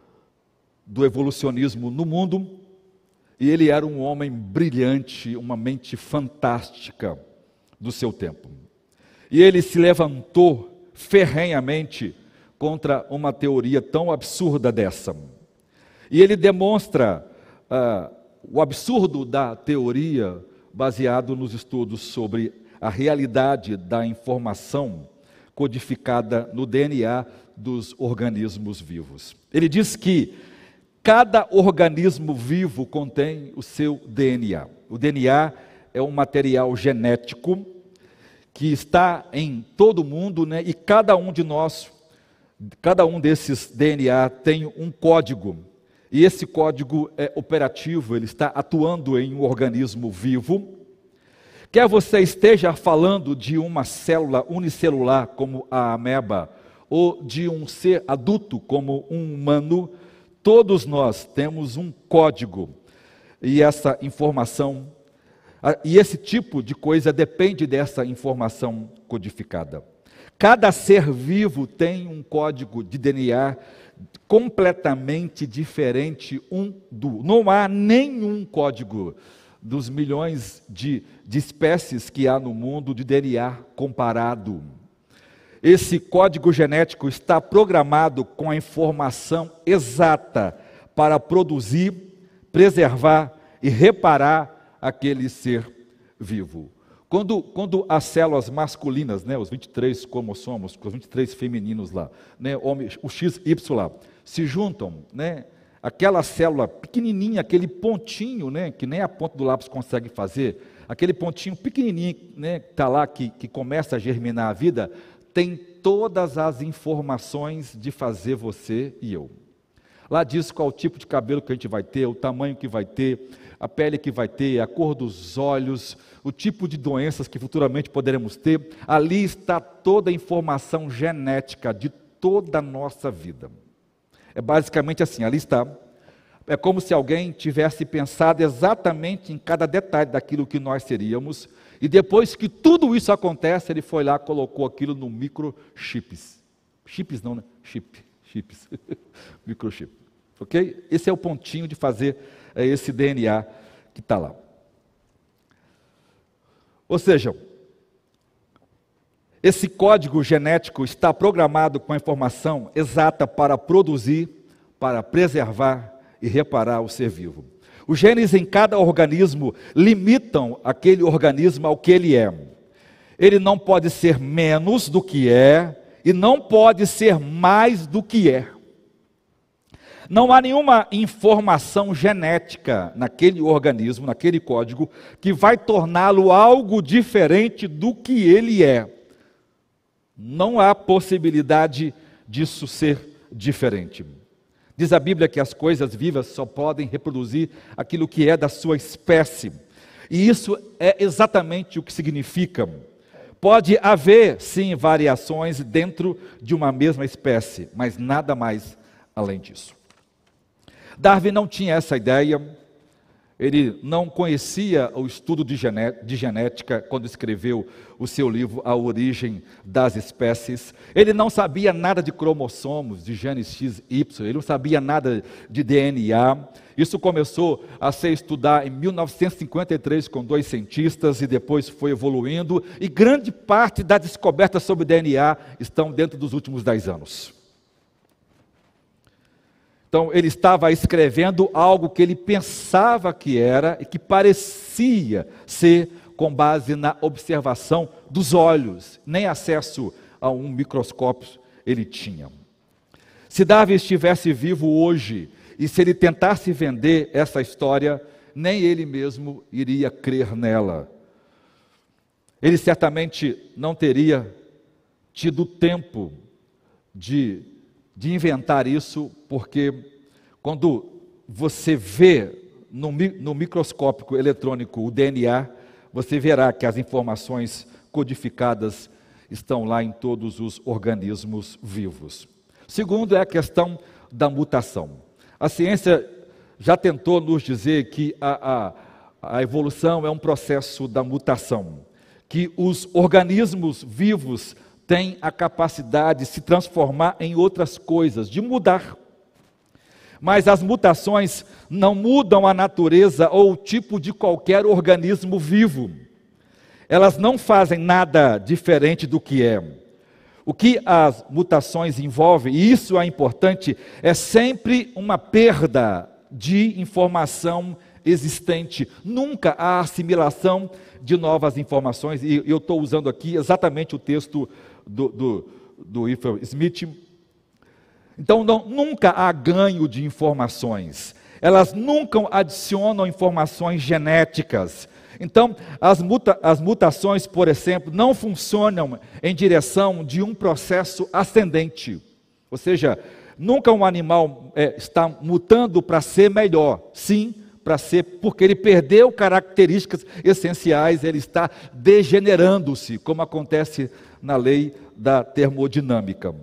do evolucionismo no mundo, e ele era um homem brilhante, uma mente fantástica do seu tempo. E ele se levantou ferrenhamente contra uma teoria tão absurda dessa. E ele demonstra uh, o absurdo da teoria baseado nos estudos sobre a realidade da informação codificada no D N A dos organismos vivos. Ele diz que cada organismo vivo contém o seu D N A. O D N A é um material genético que está em todo mundo, né? E cada um de nós, cada um desses D N A tem um código. E esse código é operativo, ele está atuando em um organismo vivo. Quer você esteja falando de uma célula unicelular, como a ameba, ou de um ser adulto, como um humano, todos nós temos um código. E essa informação, e esse tipo de coisa depende dessa informação codificada. Cada ser vivo tem um código de D N A completamente diferente um do. Não há nenhum código dos milhões de, de espécies que há no mundo de D N A comparado. Esse código genético está programado com a informação exata para produzir, preservar e reparar aquele ser vivo. Quando, quando as células masculinas, né, os vinte e três cromossomos, os vinte e três femininos lá, né, o X Y lá, se juntam, né, aquela célula pequenininha, aquele pontinho, né, que nem a ponta do lápis consegue fazer, aquele pontinho pequenininho, né, que está lá, que, que começa a germinar a vida, tem todas as informações de fazer você e eu. Lá diz qual o tipo de cabelo que a gente vai ter, o tamanho que vai ter, a pele que vai ter, a cor dos olhos, o tipo de doenças que futuramente poderemos ter. Ali está toda a informação genética de toda a nossa vida. É basicamente assim, ali está. É como se alguém tivesse pensado exatamente em cada detalhe daquilo que nós seríamos, e depois que tudo isso acontece, ele foi lá e colocou aquilo no microchips. Chips não, né? Chip. Chips. Microchip. Ok? Esse é o pontinho de fazer é, esse D N A que está lá. Ou seja, esse código genético está programado com a informação exata para produzir, para preservar e reparar o ser vivo. Os genes em cada organismo limitam aquele organismo ao que ele é. ele não pode ser menos do que é, e não pode ser mais do que é. Não há nenhuma informação genética naquele organismo, naquele código, que vai torná-lo algo diferente do que ele é. Não há possibilidade disso ser diferente. Diz a Bíblia que as coisas vivas só podem reproduzir aquilo que é da sua espécie. E isso é exatamente o que significa. Pode haver, sim, variações dentro de uma mesma espécie, mas nada mais além disso. Darwin não tinha essa ideia, ele não conhecia o estudo de genética quando escreveu o seu livro A Origem das Espécies. Ele não sabia nada de cromossomos, de genes X, Y, ele não sabia nada de D N A. Isso começou a ser estudado em mil novecentos e cinquenta e três com dois cientistas e depois foi evoluindo. E grande parte das descobertas sobre D N A estão dentro dos últimos dez anos. Então, ele estava escrevendo algo que ele pensava que era e que parecia ser com base na observação dos olhos. Nem acesso a um microscópio ele tinha. Se Darwin estivesse vivo hoje e se ele tentasse vender essa história, nem ele mesmo iria crer nela. Ele certamente não teria tido tempo de de inventar isso, porque quando você vê no, no microscópio eletrônico o D N A, você verá que as informações codificadas estão lá em todos os organismos vivos. Segundo é a questão da mutação. A ciência já tentou nos dizer que a, a, a evolução é um processo da mutação, que os organismos vivos tem a capacidade de se transformar em outras coisas, de mudar. Mas as mutações não mudam a natureza ou o tipo de qualquer organismo vivo. Elas não fazem nada diferente do que é. O que as mutações envolvem, e isso é importante, é sempre uma perda de informação existente. Nunca há assimilação de novas informações, e eu estou usando aqui exatamente o texto do, do, do Ifer Smith. Então, não, nunca há ganho de informações. Elas nunca adicionam informações genéticas. Então, as, muta, as mutações, por exemplo, não funcionam em direção de um processo ascendente. Ou seja, nunca um animal é, está mutando para ser melhor. Sim, para ser, porque ele perdeu características essenciais, ele está degenerando-se, como acontece na lei da termodinâmica.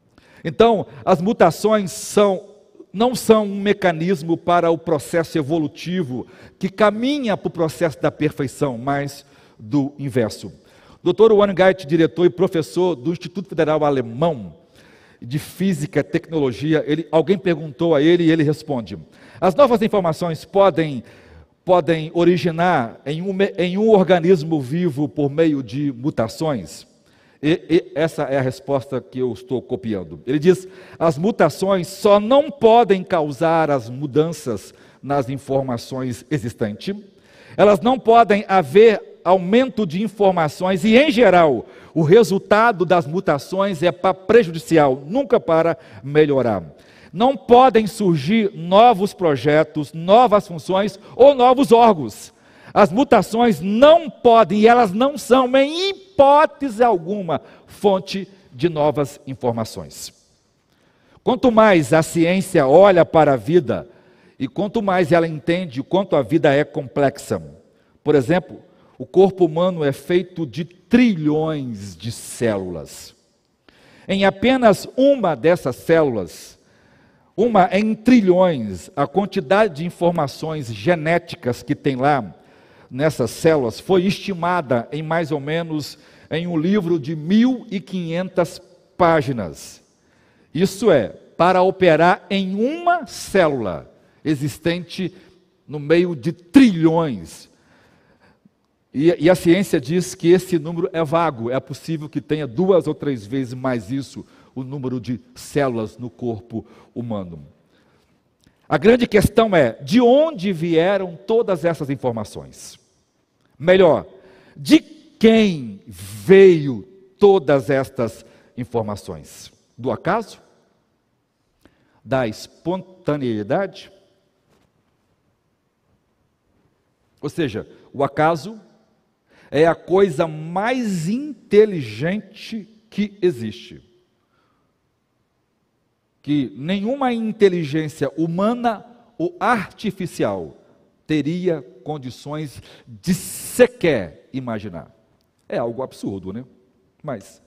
Então, as mutações são, não são um mecanismo para o processo evolutivo que caminha para o processo da perfeição, mas do inverso. doutor Weingart, diretor e professor do Instituto Federal Alemão de Física e Tecnologia, ele, alguém perguntou a ele e ele responde: as novas informações podem, podem originar em um, em um organismo vivo por meio de mutações? E, e essa é a resposta que eu estou copiando. Ele diz: as mutações só não podem causar as mudanças nas informações existentes, elas não podem haver aumento de informações e, em geral, o resultado das mutações é para prejudicial, nunca para melhorar. Não podem surgir novos projetos, novas funções ou novos órgãos. As mutações não podem, e elas não são, em hipótese alguma, fonte de novas informações. Quanto mais a ciência olha para a vida, e quanto mais ela entende o quanto a vida é complexa. Por exemplo, o corpo humano é feito de trilhões de células. Em apenas uma dessas células, uma em trilhões, a quantidade de informações genéticas que tem lá, nessas células, foi estimada em mais ou menos em um livro de mil e quinhentas páginas. Isso é, para operar em uma célula existente no meio de trilhões. E, e a ciência diz que esse número é vago, é possível que tenha duas ou três vezes mais isso, o número de células no corpo humano. A grande questão é, de onde vieram todas essas informações? Melhor, de quem veio todas estas informações? Do acaso? Da espontaneidade? Ou seja, o acaso é a coisa mais inteligente que existe. Que nenhuma inteligência humana ou artificial teria condições de sequer imaginar. É algo absurdo, né? Mas,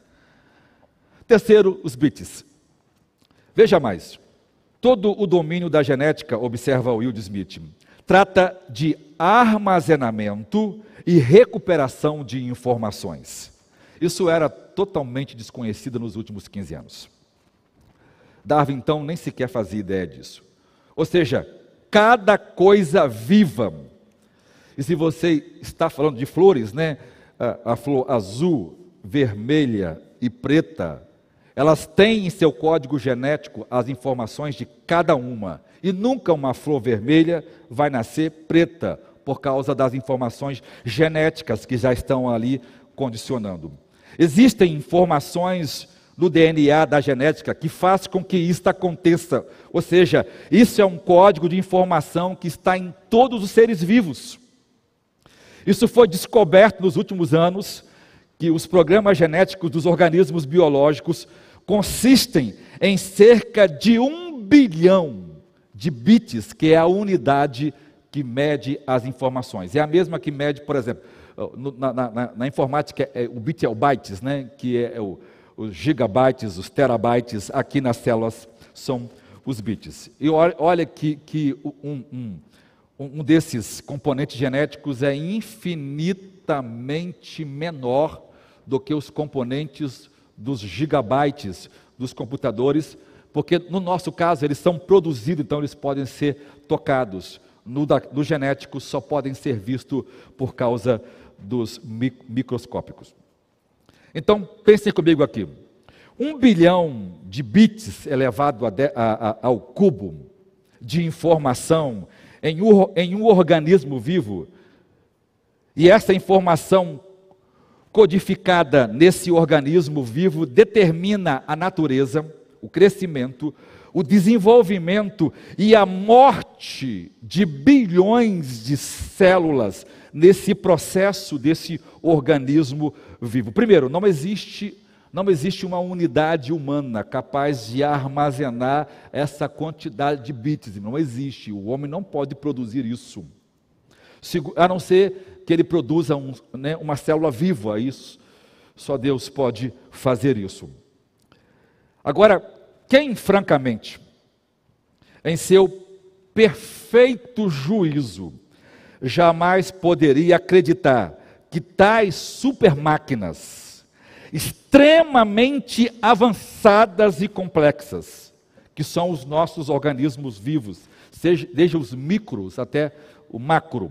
terceiro, os bits. Veja mais, todo o domínio da genética, observa o Will Smith, trata de armazenamento e recuperação de informações. Isso era totalmente desconhecido nos últimos quinze anos. Darwin, então, nem sequer fazia ideia disso. Ou seja, cada coisa viva. E se você está falando de flores, né? A, a flor azul, vermelha e preta, elas têm em seu código genético as informações de cada uma. E nunca uma flor vermelha vai nascer preta, por causa das informações genéticas que já estão ali condicionando. Existem informações no D N A da genética que faz com que isto aconteça. Ou seja, isso é um código de informação que está em todos os seres vivos. Isso foi descoberto nos últimos anos, que os programas genéticos dos organismos biológicos consistem em cerca de um bilhão de bits, que é a unidade que mede as informações. É a mesma que mede, por exemplo, na, na, na informática, é, o bit é o bytes, né? Que é, é o, os gigabytes, os terabytes, aqui nas células são os bits. E olha, olha que, que um, um, um desses componentes genéticos é infinitamente menor do que os componentes dos gigabytes dos computadores, porque no nosso caso eles são produzidos, então eles podem ser tocados. No, da, no genético só podem ser vistos por causa dos mi, microscópicos. Então, pensem comigo aqui. Um bilhão de bits elevado a de, a, a, ao cubo de informação em um, em um organismo vivo, e essa informação codificada nesse organismo vivo determina a natureza, o crescimento, o desenvolvimento e a morte de bilhões de células nesse processo desse organismo vivo. Primeiro, não existe, não existe uma unidade humana capaz de armazenar essa quantidade de bits. Não existe. O homem não pode produzir isso. A não ser que ele produza um, né, uma célula viva. Isso, só Deus pode fazer isso. Agora, quem, francamente, em seu perfeito juízo, jamais poderia acreditar que tais supermáquinas, extremamente avançadas e complexas, que são os nossos organismos vivos, seja, desde os micros até o macro,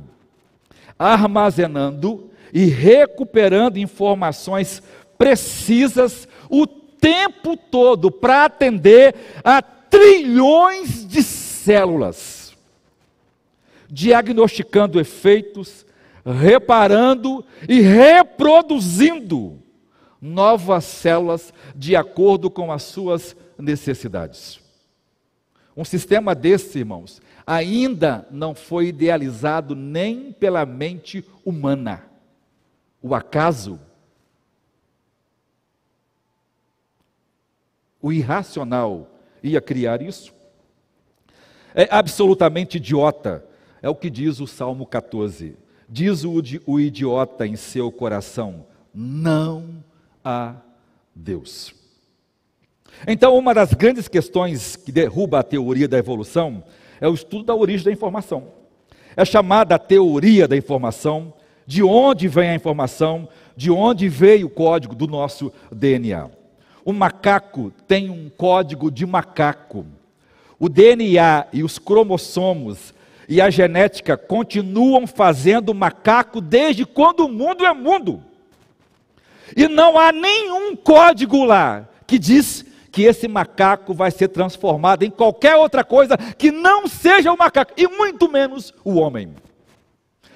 armazenando e recuperando informações precisas o tempo todo para atender a trilhões de células, diagnosticando efeitos, reparando e reproduzindo novas células de acordo com as suas necessidades. Um sistema desse, irmãos, ainda não foi idealizado nem pela mente humana. O acaso, o irracional ia criar isso? É absolutamente idiota, é o que diz o Salmo catorze. Diz o, o idiota em seu coração: não há Deus. Então, uma das grandes questões que derruba a teoria da evolução é o estudo da origem da informação. É chamada a teoria da informação, de onde vem a informação, de onde veio o código do nosso D N A. O macaco tem um código de macaco. O D N A e os cromossomos e a genética continuam fazendo macaco desde quando o mundo é mundo. E não há nenhum código lá que diz que esse macaco vai ser transformado em qualquer outra coisa que não seja o macaco, e muito menos o homem.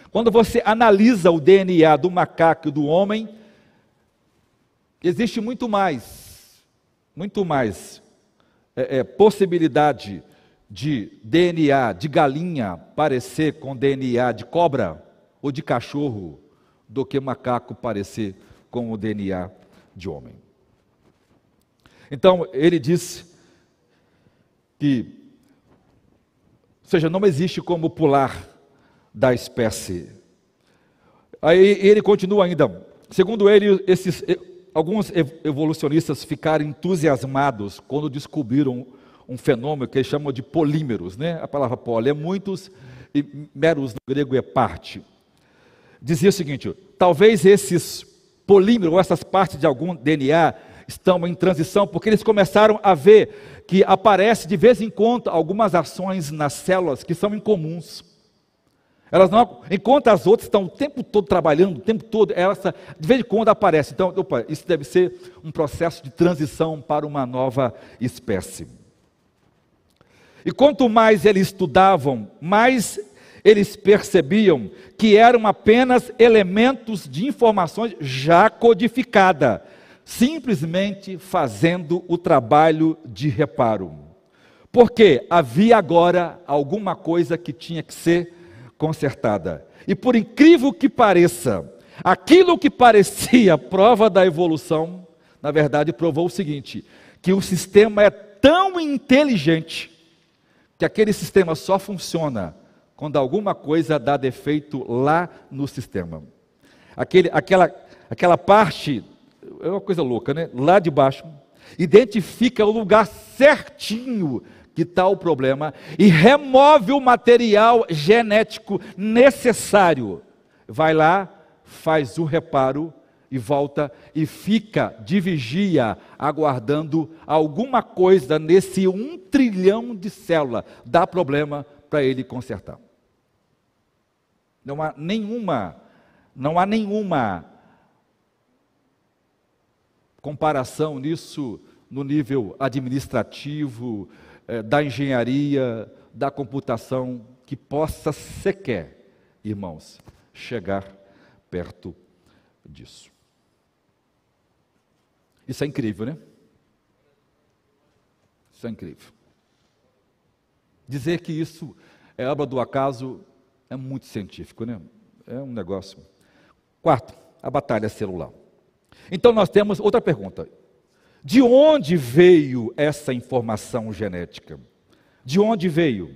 Quando você analisa o D N A do macaco e do homem, existe muito mais, muito mais é, é, possibilidade de D N A de galinha parecer com D N A de cobra ou de cachorro do que macaco parecer com o D N A de homem. Então, ele diz que, ou seja, não existe como pular da espécie. Aí ele continua ainda, segundo ele, esses, alguns evolucionistas ficaram entusiasmados quando descobriram um fenômeno que eles chamam de polímeros, né? A palavra poli é muitos e meros no grego é parte. Dizia o seguinte, talvez esses polímeros, ou essas partes de algum D N A, estão em transição, porque eles começaram a ver que aparece de vez em quando algumas ações nas células que são incomuns. Elas não, enquanto as outras estão o tempo todo trabalhando, o tempo todo, essa de vez em quando aparece. Então, opa, isso deve ser um processo de transição para uma nova espécie. E quanto mais eles estudavam, mais eles percebiam que eram apenas elementos de informações já codificadas, simplesmente fazendo o trabalho de reparo. Porque havia agora alguma coisa que tinha que ser consertada. E por incrível que pareça, aquilo que parecia prova da evolução, na verdade provou o seguinte, que o sistema é tão inteligente, que aquele sistema só funciona quando alguma coisa dá defeito lá no sistema. Aquele, aquela, aquela parte, é uma coisa louca, né? Lá de baixo, identifica o lugar certinho que está o problema e remove o material genético necessário. Vai lá, faz o reparo e volta e fica de vigia, aguardando alguma coisa nesse um trilhão de células, dá problema para ele consertar. Não há nenhuma, não há nenhuma comparação nisso no nível administrativo, eh, da engenharia, da computação, que possa sequer, irmãos, chegar perto disso. Isso é incrível, né? Isso é incrível. Dizer que isso é obra do acaso é muito científico, né? É um negócio. Quarto, a batalha celular. Então nós temos outra pergunta. De onde veio essa informação genética? De onde veio?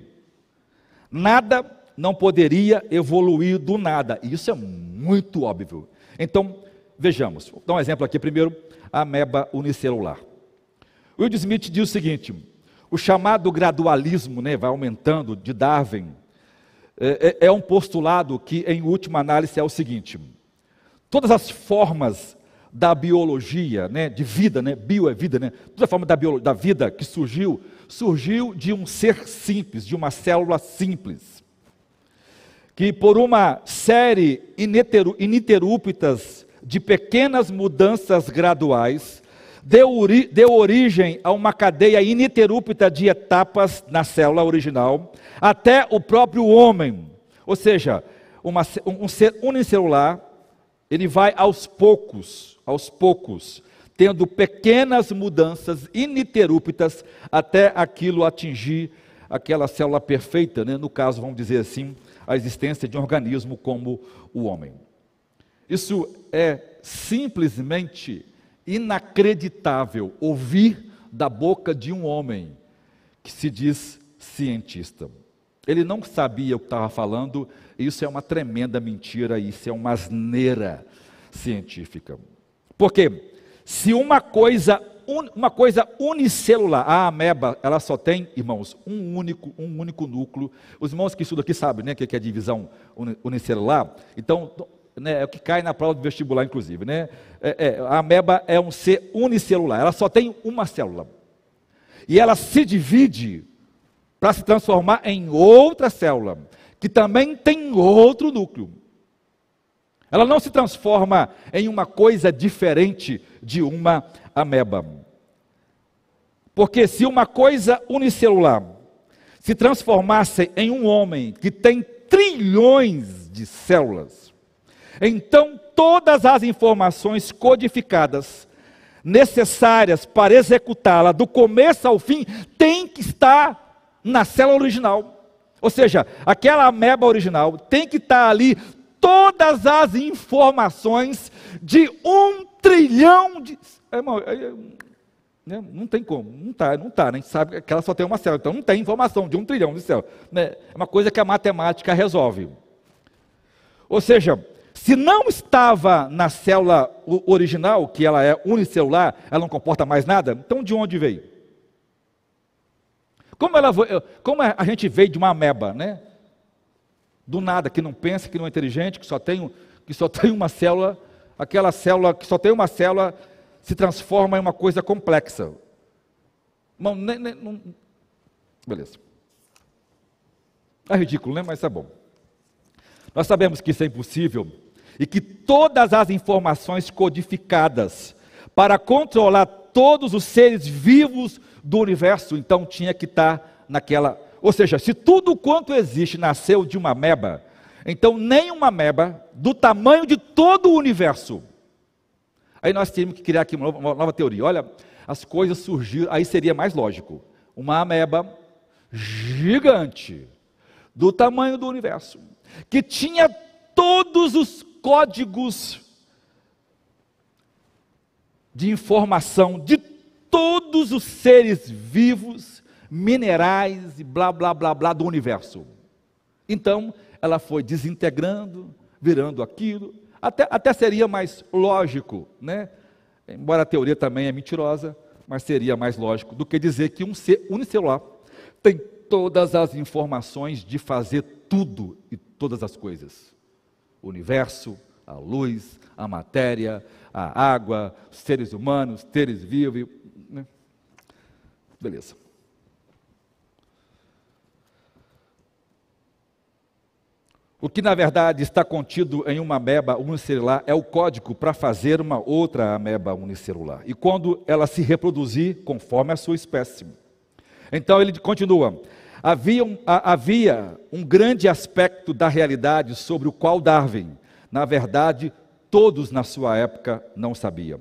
Nada não poderia evoluir do nada. Isso é muito óbvio. Então, vejamos. Vou dar um exemplo aqui primeiro, a ameba unicelular. Will Smith diz o seguinte, o chamado gradualismo, né, vai aumentando, de Darwin, é, é, é um postulado que, em última análise, é o seguinte, todas as formas da biologia, né, de vida, né, bio é vida, né, toda a forma da, bio, da vida que surgiu, surgiu de um ser simples, de uma célula simples, que por uma série ininterruptas de pequenas mudanças graduais, deu, ori deu origem a uma cadeia ininterrupta de etapas na célula original, até o próprio homem, ou seja, uma, um, um ser unicelular, ele vai aos poucos, aos poucos, tendo pequenas mudanças ininterruptas até aquilo atingir aquela célula perfeita, né? No caso, vamos dizer assim, a existência de um organismo como o homem. Isso é simplesmente inacreditável ouvir da boca de um homem que se diz cientista. Ele não sabia o que estava falando, isso é uma tremenda mentira, isso é uma asneira científica. Porque se uma coisa, un, uma coisa unicelular, a ameba, ela só tem, irmãos, um único, um único núcleo. Os irmãos que estudam aqui sabem, né, que é a divisão unicelular. Então, né, é o que cai na prova do vestibular, inclusive, né? É, é, a ameba é um ser unicelular, ela só tem uma célula. E ela se divide para se transformar em outra célula, que também tem outro núcleo. Ela não se transforma em uma coisa diferente de uma ameba. Porque se uma coisa unicelular se transformasse em um homem que tem trilhões de células. Então, todas as informações codificadas necessárias para executá-la do começo ao fim têm que estar na célula original. Ou seja, aquela ameba original tem que estar ali todas as informações de um trilhão de... Irmão, né? Não tem como, não está, não está, né? A gente sabe que ela só tem uma célula, então não tem informação de um trilhão de células. Né? É uma coisa que a matemática resolve. Ou seja, se não estava na célula original, que ela é unicelular, ela não comporta mais nada, então de onde veio? Como, ela, como a gente veio de uma ameba, né? Do nada, que não pensa, que não é inteligente, que só tem, que só tem uma célula, aquela célula que só tem uma célula se transforma em uma coisa complexa. Não, nem, nem, não, beleza. É ridículo, né? Mas tá bom. Nós sabemos que isso é impossível e que todas as informações codificadas para controlar todos os seres vivos do universo, então tinha que estar naquela... Ou seja, se tudo quanto existe nasceu de uma ameba, então nem uma ameba do tamanho de todo o universo. Aí nós teríamos que criar aqui uma nova, uma nova teoria. Olha, as coisas surgiram, aí seria mais lógico. Uma ameba gigante, do tamanho do universo, que tinha todos os códigos de informação de todos os seres vivos, minerais e blá, blá, blá, blá do universo. Então, ela foi desintegrando, virando aquilo, até, até seria mais lógico, né? Embora a teoria também é mentirosa, mas seria mais lógico do que dizer que um ser unicelular tem todas as informações de fazer tudo e todas as coisas. O universo, a luz, a matéria, a água, os seres humanos, seres vivos, né? Beleza. O que na verdade está contido em uma ameba unicelular é o código para fazer uma outra ameba unicelular. E quando ela se reproduzir conforme a sua espécie. Então ele continua, havia um, havia um grande aspecto da realidade sobre o qual Darwin, na verdade, todos na sua época não sabiam.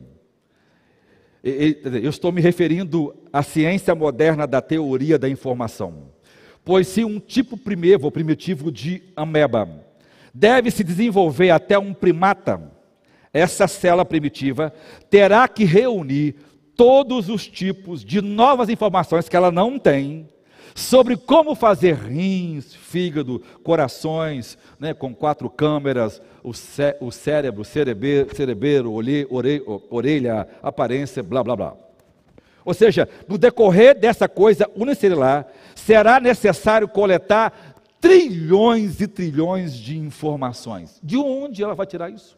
Eu estou me referindo à ciência moderna da teoria da informação. Pois se um tipo primitivo ou primitivo de ameba deve se desenvolver até um primata, essa célula primitiva terá que reunir todos os tipos de novas informações que ela não tem sobre como fazer rins, fígado, corações, né, com quatro câmeras, o, cé o cérebro, cerebelo, cerebelo ore ore orelha, aparência, blá, blá, blá. Ou seja, no decorrer dessa coisa unicelular, será necessário coletar trilhões e trilhões de informações. De onde ela vai tirar isso?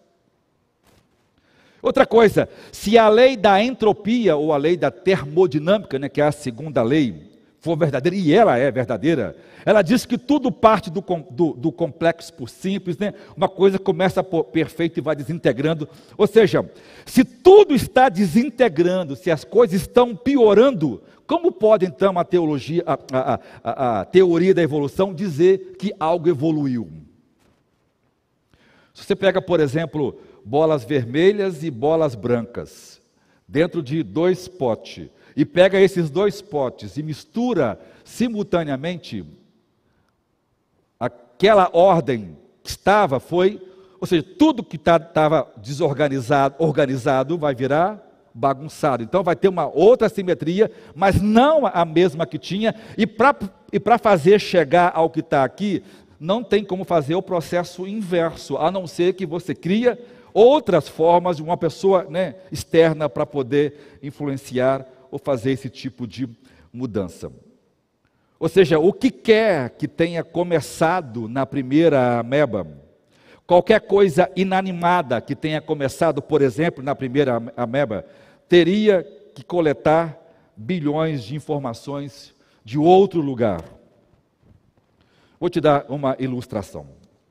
Outra coisa, se a lei da entropia ou a lei da termodinâmica, né, que é a segunda lei, for verdadeira, e ela é verdadeira, ela diz que tudo parte do, do, do complexo por simples, né? Uma coisa começa por perfeito e vai desintegrando. Ou seja, se tudo está desintegrando, se as coisas estão piorando, como pode então a teologia, a, a, a, a teoria da evolução dizer que algo evoluiu? Se você pega, por exemplo, bolas vermelhas e bolas brancas, dentro de dois potes, e pega esses dois potes e mistura simultaneamente, aquela ordem que estava foi, ou seja, tudo que estava desorganizado, organizado vai virar bagunçado. Então vai ter uma outra simetria, mas não a mesma que tinha, e para e para fazer chegar ao que está aqui, não tem como fazer o processo inverso, a não ser que você cria outras formas de uma pessoa, né, externa para poder influenciar ou fazer esse tipo de mudança. Ou seja, o que quer que tenha começado na primeira ameba, qualquer coisa inanimada que tenha começado, por exemplo, na primeira ameba, teria que coletar bilhões de informações de outro lugar. Vou te dar uma ilustração.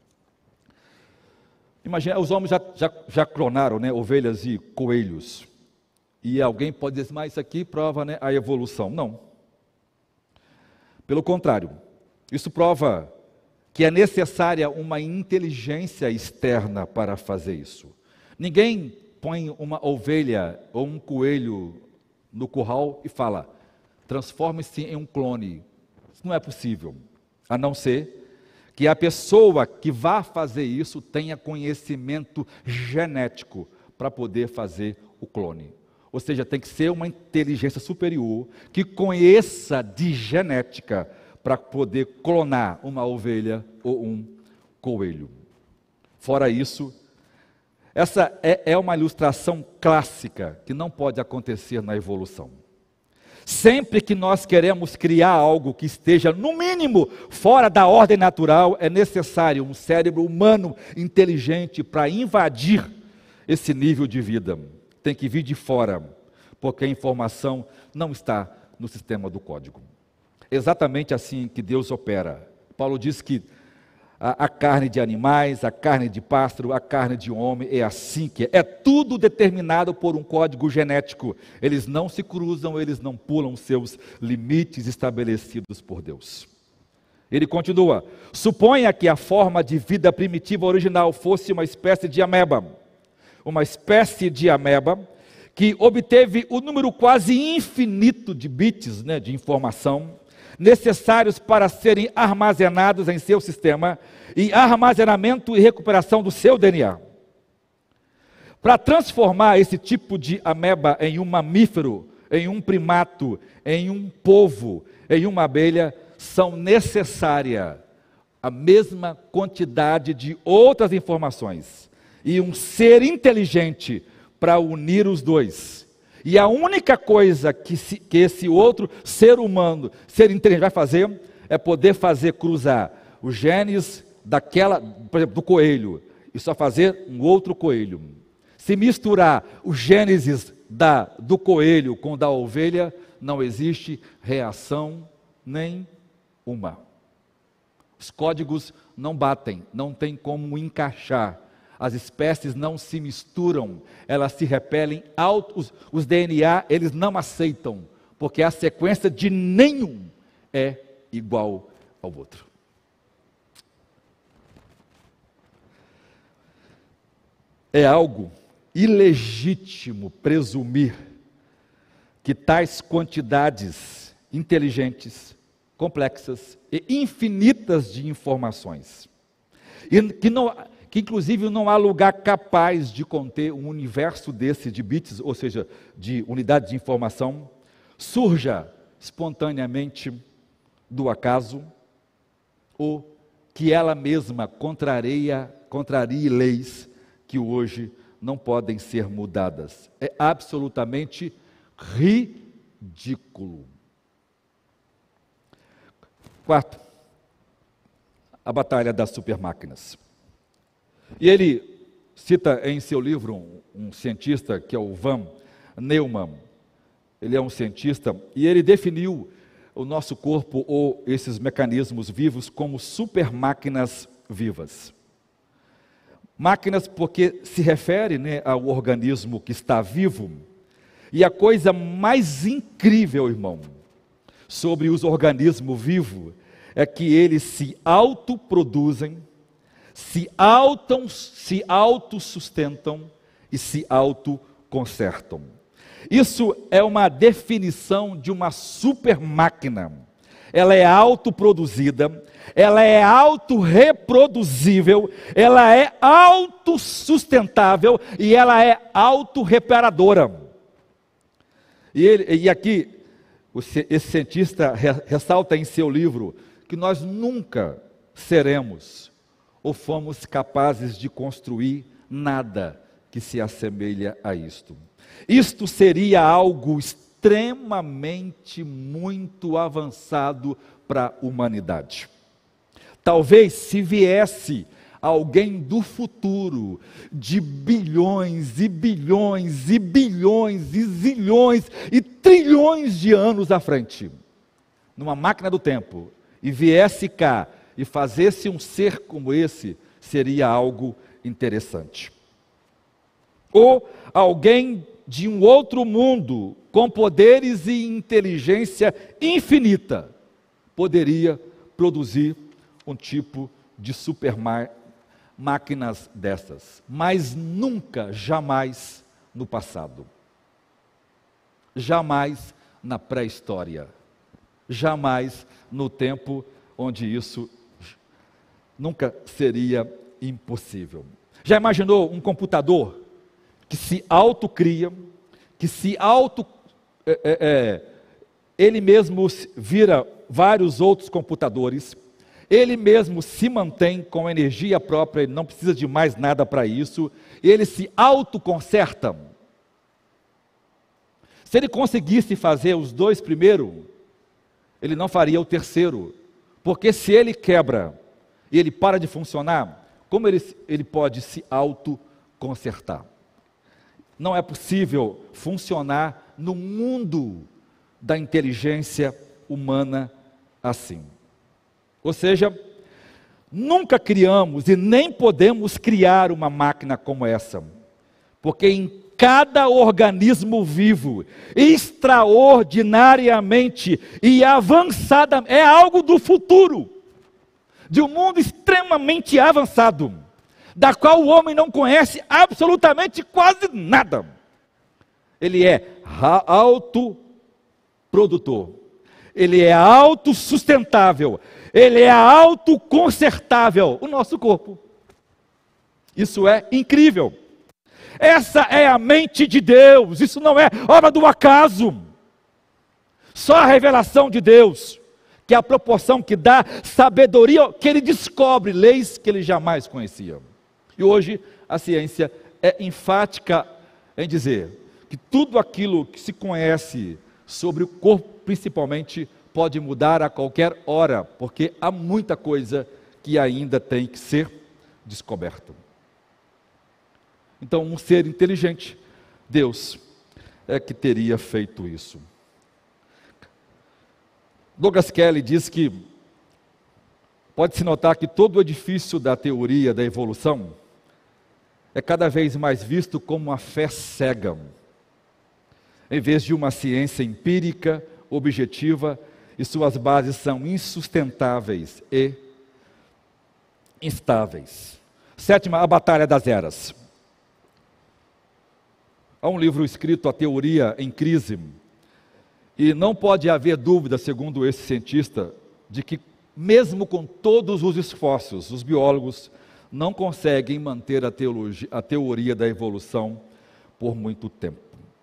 Imagina, os homens já, já, já clonaram, né, ovelhas e coelhos. E alguém pode dizer, mas isso aqui prova, né, a evolução. Não. Pelo contrário, isso prova que é necessária uma inteligência externa para fazer isso. Ninguém põe uma ovelha ou um coelho no curral e fala, transforme-se em um clone. Isso não é possível, a não ser que a pessoa que vá fazer isso tenha conhecimento genético para poder fazer o clone. Ou seja, tem que ser uma inteligência superior que conheça de genética para poder clonar uma ovelha ou um coelho. Fora isso, essa é, é uma ilustração clássica que não pode acontecer na evolução. Sempre que nós queremos criar algo que esteja, no mínimo, fora da ordem natural, é necessário um cérebro humano inteligente para invadir esse nível de vida. Tem que vir de fora, porque a informação não está no sistema do código. Exatamente assim que Deus opera. Paulo diz que a, a carne de animais, a carne de pássaro, a carne de homem, é assim que é. É tudo determinado por um código genético. Eles não se cruzam, eles não pulam seus limites estabelecidos por Deus. Ele continua, suponha que a forma de vida primitiva original fosse uma espécie de ameba. Uma espécie de ameba que obteve o número quase infinito de bits, né, de informação, necessários para serem armazenados em seu sistema e armazenamento e recuperação do seu D N A. Para transformar esse tipo de ameba em um mamífero, em um primato, em um polvo, em uma abelha, são necessárias a mesma quantidade de outras informações e um ser inteligente para unir os dois. E a única coisa que, se, que esse outro ser humano, ser inteligente vai fazer, é poder fazer cruzar os genes daquela, por exemplo, do coelho, e só fazer um outro coelho. Se misturar os genes da, do coelho com da ovelha, não existe reação nenhuma. Os códigos não batem, não tem como encaixar. As espécies não se misturam, elas se repelem, os, os D N A eles não aceitam, porque a sequência de nenhum é igual ao outro. É algo ilegítimo presumir que tais quantidades inteligentes, complexas e infinitas de informações, e que não... que inclusive não há lugar capaz de conter um universo desse de bits, ou seja, de unidade de informação, surja espontaneamente do acaso, ou que ela mesma contraria, contrarie leis que hoje não podem ser mudadas. É absolutamente ridículo. Quarto, a batalha das supermáquinas. E ele cita em seu livro um, um cientista que é o Von Neumann. Ele é um cientista e ele definiu o nosso corpo ou esses mecanismos vivos como supermáquinas vivas. Máquinas porque se refere, né, ao organismo que está vivo. E a coisa mais incrível, irmão, sobre os organismos vivos é que eles se autoproduzem, se auto, se autossustentam e se autoconsertam. Isso é uma definição de uma super máquina. Ela é autoproduzida, ela é autorreproduzível, ela é autossustentável e ela é autorreparadora. E, ele, e aqui, esse cientista ressalta em seu livro que nós nunca seremos ou fomos capazes de construir nada que se assemelha a isto. Isto seria algo extremamente muito avançado para a humanidade. Talvez se viesse alguém do futuro, de bilhões e bilhões e bilhões e zilhões e trilhões de anos à frente, numa máquina do tempo, e viesse cá e fazesse um ser como esse, seria algo interessante. Ou alguém de um outro mundo, com poderes e inteligência infinita, poderia produzir um tipo de super máquinas dessas, mas nunca, jamais no passado. Jamais na pré-história. Jamais no tempo onde isso nunca seria impossível. Já imaginou um computador que se autocria, que se auto... É, é, é, ele mesmo vira vários outros computadores, ele mesmo se mantém com energia própria, ele não precisa de mais nada para isso, ele se autoconserta. Se ele conseguisse fazer os dois primeiro, ele não faria o terceiro, porque se ele quebra e ele para de funcionar, como ele, ele pode se autoconsertar? Não é possível funcionar no mundo da inteligência humana assim. Ou seja, nunca criamos e nem podemos criar uma máquina como essa, porque em cada organismo vivo, extraordinariamente e avançada, é algo do futuro, de um mundo extremamente avançado, da qual o homem não conhece absolutamente quase nada. Ele é autoprodutor, ele é autossustentável, ele é autoconsertável, o nosso corpo. Isso é incrível. Essa é a mente de Deus, isso não é obra do acaso. Só a revelação de Deus, que é a proporção que dá sabedoria, que ele descobre leis que ele jamais conhecia. E hoje a ciência é enfática em dizer que tudo aquilo que se conhece sobre o corpo, principalmente, pode mudar a qualquer hora, porque há muita coisa que ainda tem que ser descoberta. Então, um ser inteligente, Deus, é que teria feito isso. Douglas Kelly diz que pode-se notar que todo o edifício da teoria da evolução é cada vez mais visto como uma fé cega, em vez de uma ciência empírica, objetiva, e suas bases são insustentáveis e instáveis. Sétima, a Batalha das Eras. Há um livro escrito, A Teoria em Crise, e não pode haver dúvida, segundo esse cientista, de que mesmo com todos os esforços, os biólogos não conseguem manter a, teologia, a teoria da evolução por muito tempo.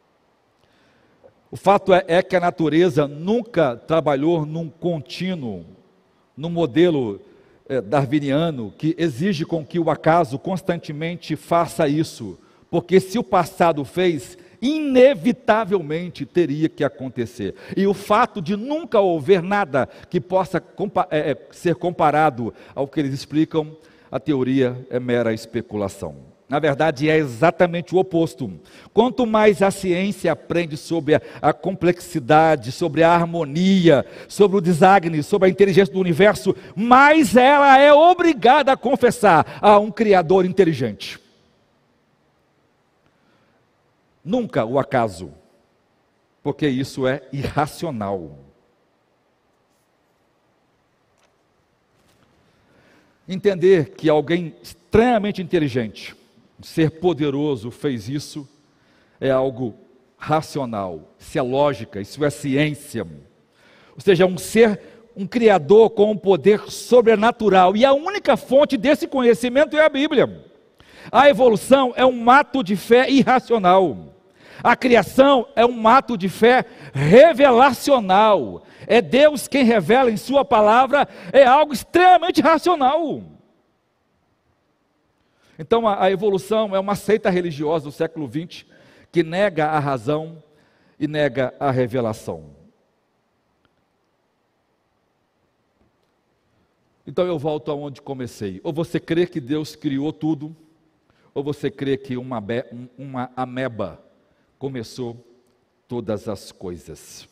O fato é, é que a natureza nunca trabalhou num contínuo, num modelo é, darwiniano, que exige com que o acaso constantemente faça isso, porque se o passado fez, inevitavelmente teria que acontecer. E o fato de nunca houver nada que possa compa- é, ser comparado ao que eles explicam, a teoria é mera especulação. Na verdade, é exatamente o oposto. Quanto mais a ciência aprende sobre a, a complexidade, sobre a harmonia, sobre o design, sobre a inteligência do universo, mais ela é obrigada a confessar a um Criador inteligente. Nunca o acaso, porque isso é irracional. Entender que alguém extremamente inteligente, um ser poderoso, fez isso, é algo racional, isso é lógica, isso é ciência. Ou seja, um ser, um criador com um poder sobrenatural, e a única fonte desse conhecimento é a Bíblia. A evolução é um ato de fé irracional. A criação é um ato de fé revelacional. É Deus quem revela em sua palavra, é algo extremamente racional. Então a, a evolução é uma seita religiosa do século vinte que nega a razão e nega a revelação. Então eu volto aonde comecei. Ou você crê que Deus criou tudo, ou você crê que uma, uma ameba começou todas as coisas.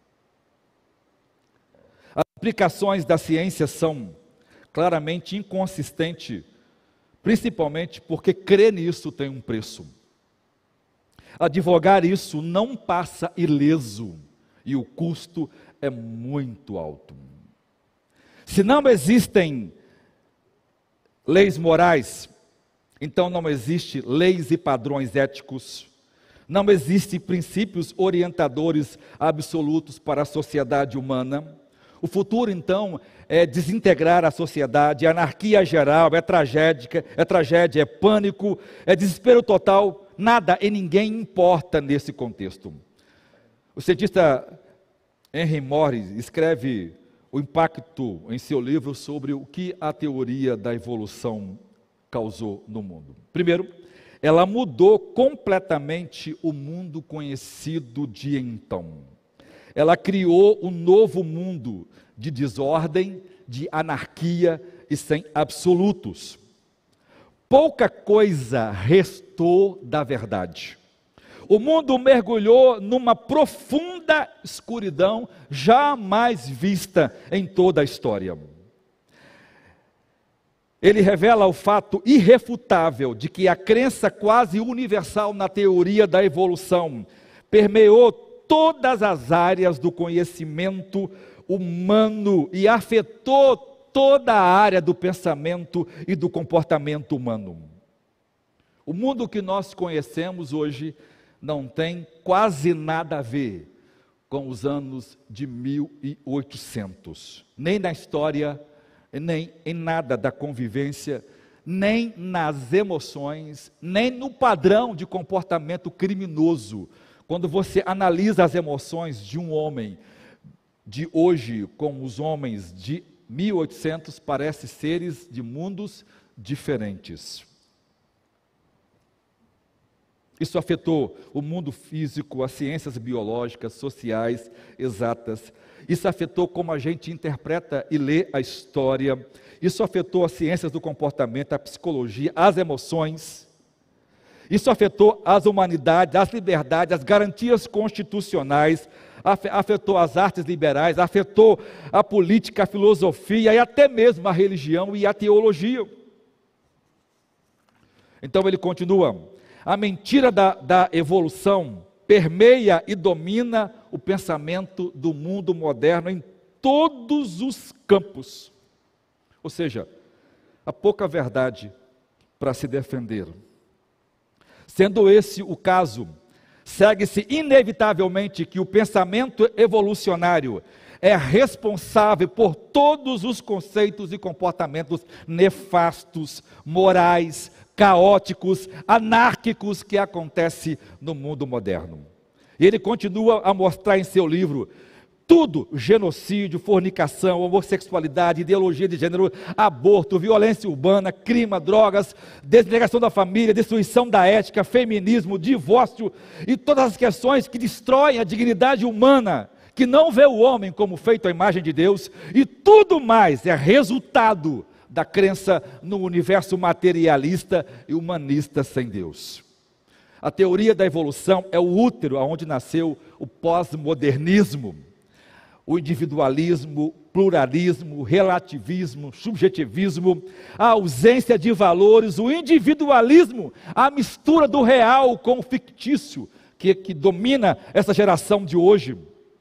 As explicações da ciência são claramente inconsistentes, principalmente porque crer nisso tem um preço. Advogar isso não passa ileso, e o custo é muito alto. Se não existem leis morais. Então não existe leis e padrões éticos, não existem princípios orientadores absolutos para a sociedade humana. O futuro, então, é desintegrar a sociedade, é anarquia geral, é tragédia, é tragédia, é pânico, é desespero total. Nada e ninguém importa nesse contexto. O cientista Henry Morris escreve o impacto em seu livro sobre o que a teoria da evolução causou no mundo. Primeiro, ela mudou completamente o mundo conhecido de então. Ela criou um novo mundo de desordem, de anarquia e sem absolutos. Pouca coisa restou da verdade. O mundo mergulhou numa profunda escuridão jamais vista em toda a história. Ele revela o fato irrefutável de que a crença quase universal na teoria da evolução permeou todas as áreas do conhecimento humano e afetou toda a área do pensamento e do comportamento humano. O mundo que nós conhecemos hoje não tem quase nada a ver com os anos de mil e oitocentos, nem na história, nem em nada da convivência, nem nas emoções, nem no padrão de comportamento criminoso. Quando você analisa as emoções de um homem de hoje com os homens de mil e oitocentos, parecem seres de mundos diferentes. Isso afetou o mundo físico, as ciências biológicas, sociais, exatas. Isso afetou como a gente interpreta e lê a história. Isso afetou as ciências do comportamento, a psicologia, as emoções. Isso afetou as humanidades, as liberdades, as garantias constitucionais. Afetou as artes liberais, afetou a política, a filosofia e até mesmo a religião e a teologia. Então ele continua. A mentira da, da evolução permeia e domina o pensamento do mundo moderno em todos os campos. Ou seja, há pouca verdade para se defender. Sendo esse o caso, segue-se inevitavelmente que o pensamento evolucionário é responsável por todos os conceitos e comportamentos nefastos, morais, caóticos, anárquicos que acontecem no mundo moderno. E ele continua a mostrar em seu livro tudo: genocídio, fornicação, homossexualidade, ideologia de gênero, aborto, violência urbana, crime, drogas, desnegação da família, destruição da ética, feminismo, divórcio e todas as questões que destroem a dignidade humana, que não vê o homem como feito à imagem de Deus, e tudo mais é resultado da crença no universo materialista e humanista sem Deus. A teoria da evolução é o útero onde nasceu o pós-modernismo, o individualismo, pluralismo, relativismo, subjetivismo, a ausência de valores, o individualismo, a mistura do real com o fictício, que, que domina essa geração de hoje.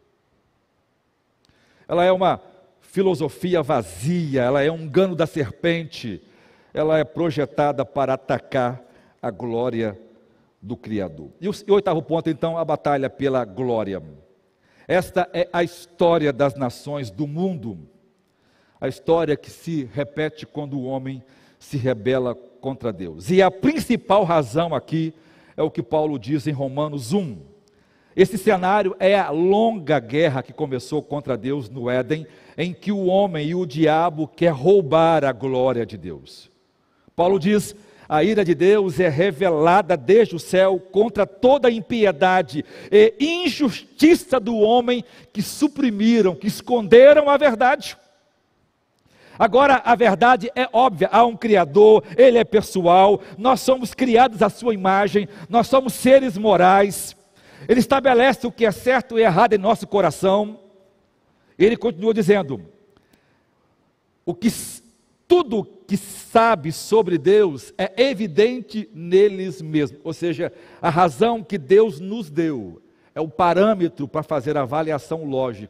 Ela é uma filosofia vazia, ela é um engano da serpente, ela é projetada para atacar a glória do Criador. E o, e o oitavo ponto, então, a batalha pela glória. Esta é a história das nações do mundo, a história que se repete quando o homem se rebela contra Deus. E a principal razão aqui é o que Paulo diz em Romanos um. Esse cenário é a longa guerra que começou contra Deus no Éden, em que o homem e o diabo quer roubar a glória de Deus. Paulo diz: a ira de Deus é revelada desde o céu contra toda a impiedade e injustiça do homem que suprimiram, que esconderam a verdade. Agora a verdade é óbvia, há um Criador, Ele é pessoal, nós somos criados à sua imagem, nós somos seres morais. Ele estabelece o que é certo e errado em nosso coração. Ele continua dizendo: o que, tudo que sabe sobre Deus é evidente neles mesmos. Ou seja, a razão que Deus nos deu é o parâmetro para fazer a avaliação lógica.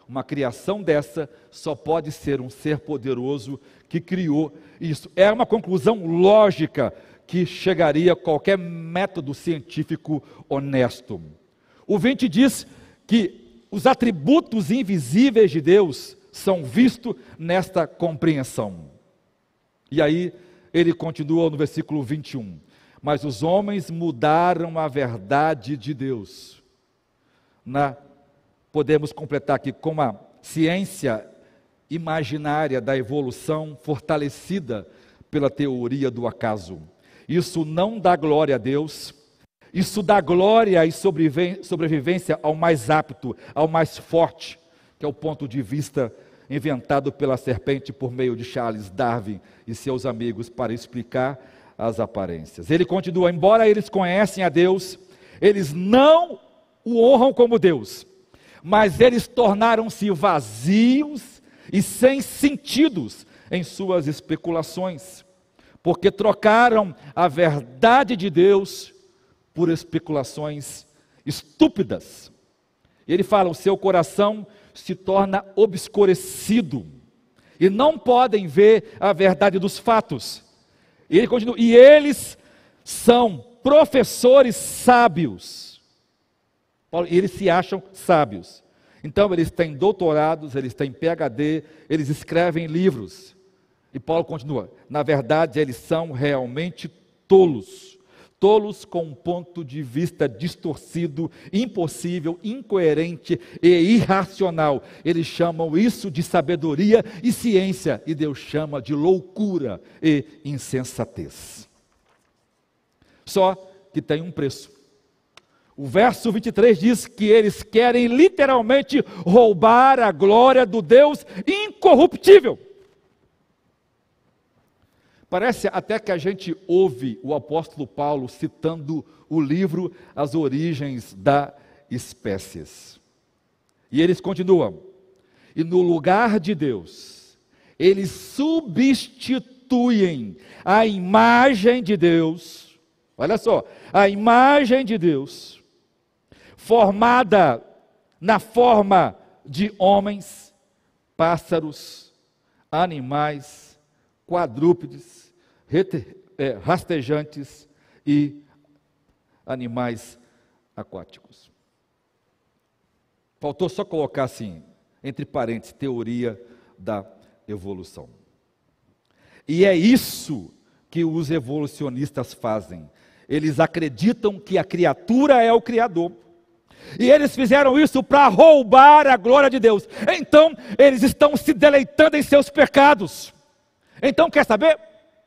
Uma criação dessa só pode ser um ser poderoso que criou isso. É uma conclusão lógica que chegaria a qualquer método científico honesto. O vinte diz que os atributos invisíveis de Deus são vistos nesta compreensão. E aí ele continua no versículo vinte e um. Mas os homens mudaram a verdade de Deus. Na, podemos completar aqui com a ciência imaginária da evolução fortalecida pela teoria do acaso. Isso não dá glória a Deus, isso dá glória e sobrevivência ao mais apto, ao mais forte, que é o ponto de vista inventado pela serpente por meio de Charles Darwin e seus amigos para explicar as aparências. Ele continua, embora eles conhecem a Deus, eles não o honram como Deus, mas eles tornaram-se vazios e sem sentidos em suas especulações, porque trocaram a verdade de Deus por especulações estúpidas. Ele fala, o seu coração se torna obscurecido, e não podem ver a verdade dos fatos. E ele continua, e eles são professores sábios. E eles se acham sábios. Então eles têm doutorados, eles têm P H D, eles escrevem livros. E Paulo continua, na verdade eles são realmente tolos. Tolos com um ponto de vista distorcido, impossível, incoerente e irracional. Eles chamam isso de sabedoria e ciência, e Deus chama de loucura e insensatez. Só que tem um preço. O verso vinte e três diz que eles querem literalmente roubar a glória do Deus incorruptível. Parece até que a gente ouve o apóstolo Paulo citando o livro As Origens das Espécies. E eles continuam. E no lugar de Deus, eles substituem a imagem de Deus. Olha só, a imagem de Deus, formada na forma de homens, pássaros, animais, quadrúpedes, rastejantes e animais aquáticos. Faltou só colocar assim, entre parênteses, teoria da evolução. E é isso que os evolucionistas fazem. Eles acreditam que a criatura é o Criador. E eles fizeram isso para roubar a glória de Deus. Então, eles estão se deleitando em seus pecados. Então, quer saber?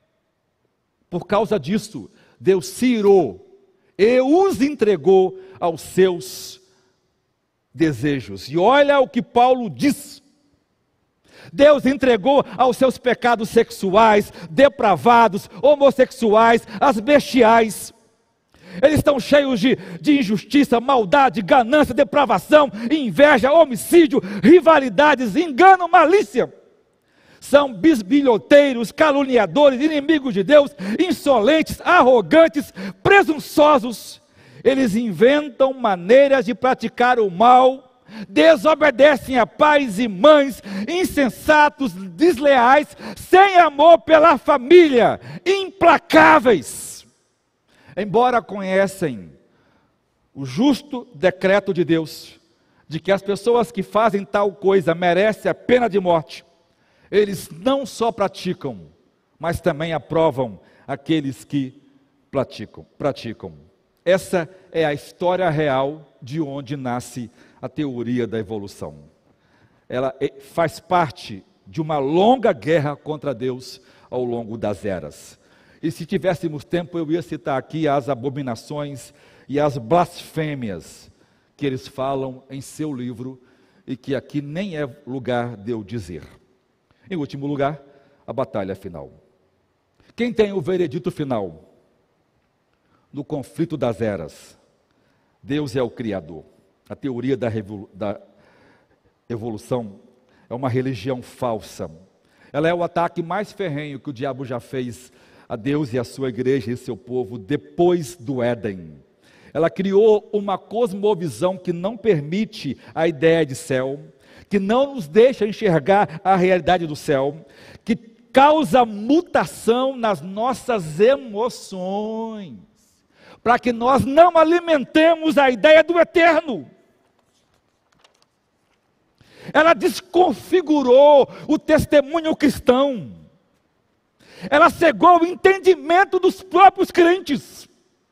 Por causa disso, Deus se irou e os entregou aos seus desejos. E olha o que Paulo diz. Deus entregou aos seus pecados sexuais, depravados, homossexuais, as bestiais. Eles estão cheios de, de injustiça, maldade, ganância, depravação, inveja, homicídio, rivalidades, engano, malícia. São bisbilhoteiros, caluniadores, inimigos de Deus, insolentes, arrogantes, presunçosos. Eles inventam maneiras de praticar o mal, desobedecem a pais e mães, insensatos, desleais, sem amor pela família, implacáveis. Embora conhecem o justo decreto de Deus, de que as pessoas que fazem tal coisa merecem a pena de morte, eles não só praticam, mas também aprovam aqueles que praticam. praticam. Essa é a história real de onde nasce a teoria da evolução. Ela faz parte de uma longa guerra contra Deus ao longo das eras. E se tivéssemos tempo, eu ia citar aqui as abominações e as blasfêmias que eles falam em seu livro e que aqui nem é lugar de eu dizer. Em último lugar, a batalha final. Quem tem o veredito final? No conflito das eras, Deus é o Criador. A teoria da, revolu- da evolução é uma religião falsa. Ela é o ataque mais ferrenho que o diabo já fez a Deus e a sua igreja e seu povo depois do Éden. Ela criou uma cosmovisão que não permite a ideia de céu, que não nos deixa enxergar a realidade do céu, que causa mutação nas nossas emoções, para que nós não alimentemos a ideia do eterno. Ela desconfigurou o testemunho cristão. Ela cegou o entendimento dos próprios crentes,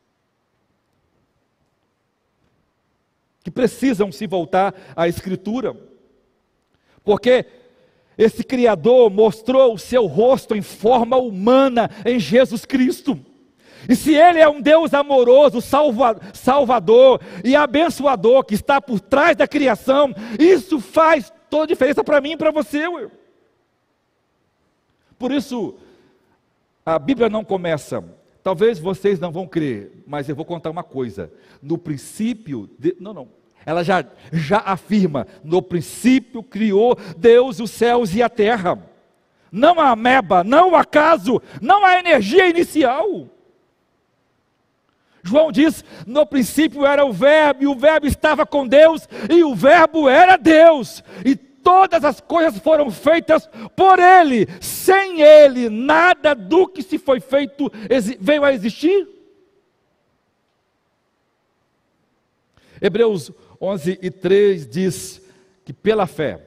que precisam se voltar à Escritura, porque esse Criador mostrou o seu rosto em forma humana em Jesus Cristo. E se Ele é um Deus amoroso, salva, salvador e abençoador, que está por trás da criação, isso faz toda a diferença para mim e para você. Ué. Por isso, a Bíblia não começa, talvez vocês não vão crer, mas eu vou contar uma coisa. No princípio, de, não, não, ela já, já afirma, no princípio criou Deus os céus e a terra. Não há ameba, não há acaso, não há energia inicial. João diz, no princípio era o verbo, e o verbo estava com Deus, e o verbo era Deus, e todas as coisas foram feitas por Ele, sem Ele, nada do que se foi feito veio a existir. Hebreus onze e três diz que pela fé,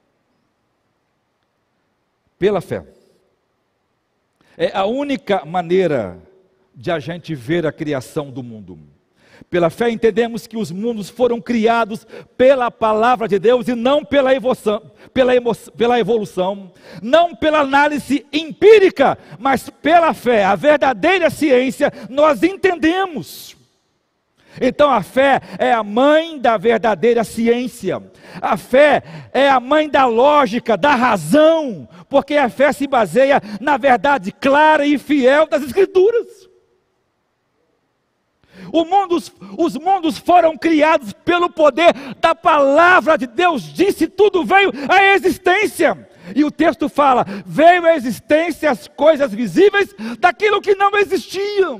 pela fé, é a única maneira de a gente ver a criação do mundo. Pela fé entendemos que os mundos foram criados pela palavra de Deus e não pela evolução, pela, emo, pela evolução, não pela análise empírica, mas pela fé, a verdadeira ciência, nós entendemos. Então a fé é a mãe da verdadeira ciência, a fé é a mãe da lógica, da razão, porque a fé se baseia na verdade clara e fiel das Escrituras. O mundo, os mundos foram criados pelo poder da palavra de Deus, disse, tudo veio à existência. E o texto fala, veio à existência as coisas visíveis daquilo que não existiam.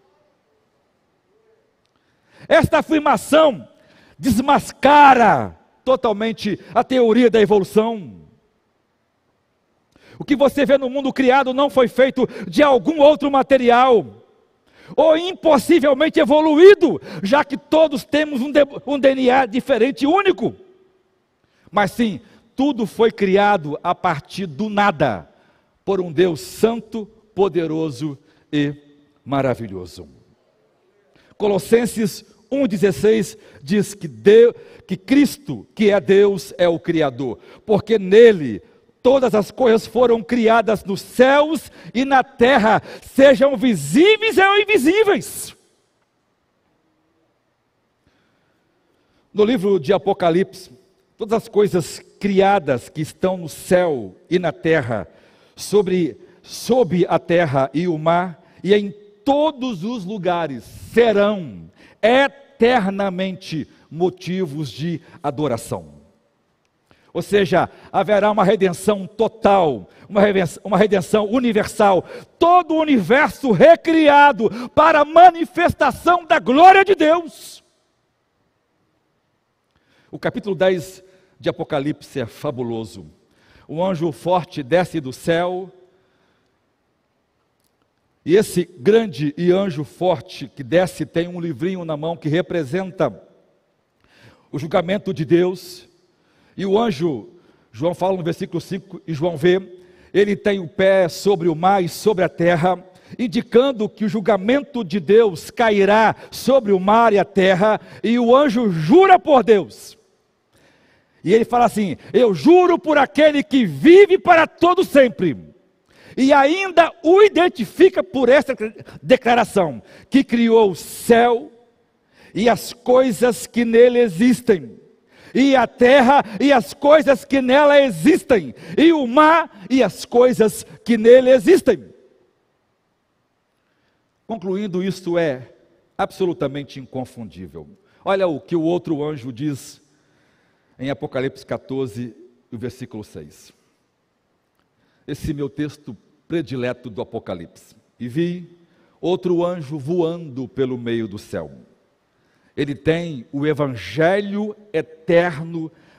Esta afirmação desmascara totalmente a teoria da evolução. O que você vê no mundo criado não foi feito de algum outro material, ou impossivelmente evoluído, já que todos temos um, um D N A diferente e único. Mas sim, tudo foi criado a partir do nada, por um Deus santo, poderoso e maravilhoso. Colossenses um, dezesseis diz que, Deus, que Cristo, que é Deus, é o Criador, porque nele todas as coisas foram criadas nos céus e na terra, sejam visíveis ou invisíveis. No livro de Apocalipse, todas as coisas criadas que estão no céu e na terra, sobre, sob a terra e o mar, e em todos os lugares, serão eternamente motivos de adoração. Ou seja, haverá uma redenção total, uma redenção, uma redenção universal, todo o universo recriado para a manifestação da glória de Deus. O capítulo dez de Apocalipse é fabuloso. O anjo forte desce do céu, e esse grande e anjo forte que desce tem um livrinho na mão que representa o julgamento de Deus. E o anjo, João fala no versículo cinco, e João vê, ele tem o pé sobre o mar e sobre a terra, indicando que o julgamento de Deus cairá sobre o mar e a terra, e o anjo jura por Deus. E ele fala assim, eu juro por aquele que vive para todo sempre. E ainda o identifica por essa declaração, que criou o céu e as coisas que nele existem, e a terra e as coisas que nela existem, e o mar e as coisas que nele existem. Concluindo, isto é absolutamente inconfundível. Olha o que o outro anjo diz em Apocalipse catorze, o versículo seis. Esse meu texto predileto do Apocalipse. E vi outro anjo voando pelo meio do céu. Ele tem o evangelho eterno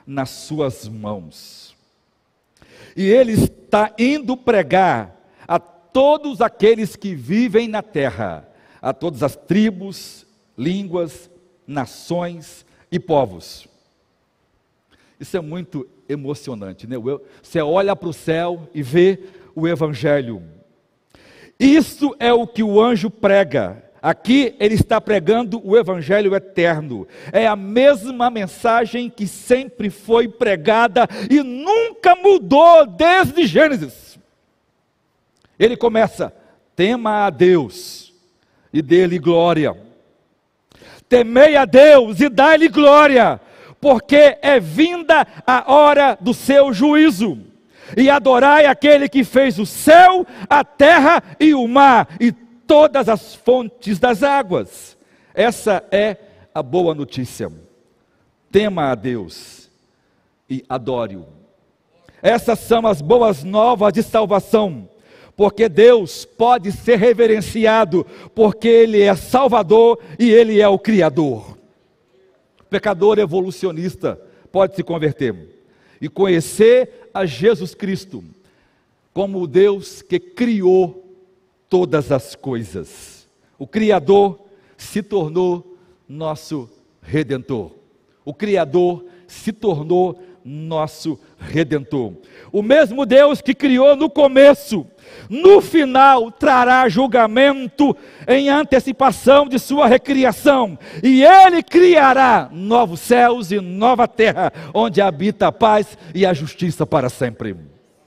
nas suas mãos. E ele está indo pregar a todos aqueles que vivem na terra, a todas as tribos, línguas, nações e povos. Isso é muito emocionante, né? Você olha para o céu e vê o Evangelho. Isso é o que o anjo prega. Aqui ele está pregando o Evangelho eterno. É a mesma mensagem que sempre foi pregada e nunca mudou desde Gênesis. Ele começa: tema a Deus e dê-lhe glória. Temei a Deus e dai-lhe glória, porque é vinda a hora do seu juízo. E adorai aquele que fez o céu, a terra e o mar, e todas as fontes das águas. Essa é a boa notícia. Tema a Deus e adore-o. Essas são as boas novas de salvação, porque Deus pode ser reverenciado, porque Ele é Salvador e Ele é o Criador. O pecador evolucionista pode se converter e conhecer a Jesus Cristo como o Deus que criou todas as coisas. O Criador se tornou nosso Redentor. O Criador se tornou nosso Redentor. O mesmo Deus que criou no começo, no final trará julgamento em antecipação de sua recriação. E Ele criará novos céus e nova terra, onde habita a paz e a justiça para sempre.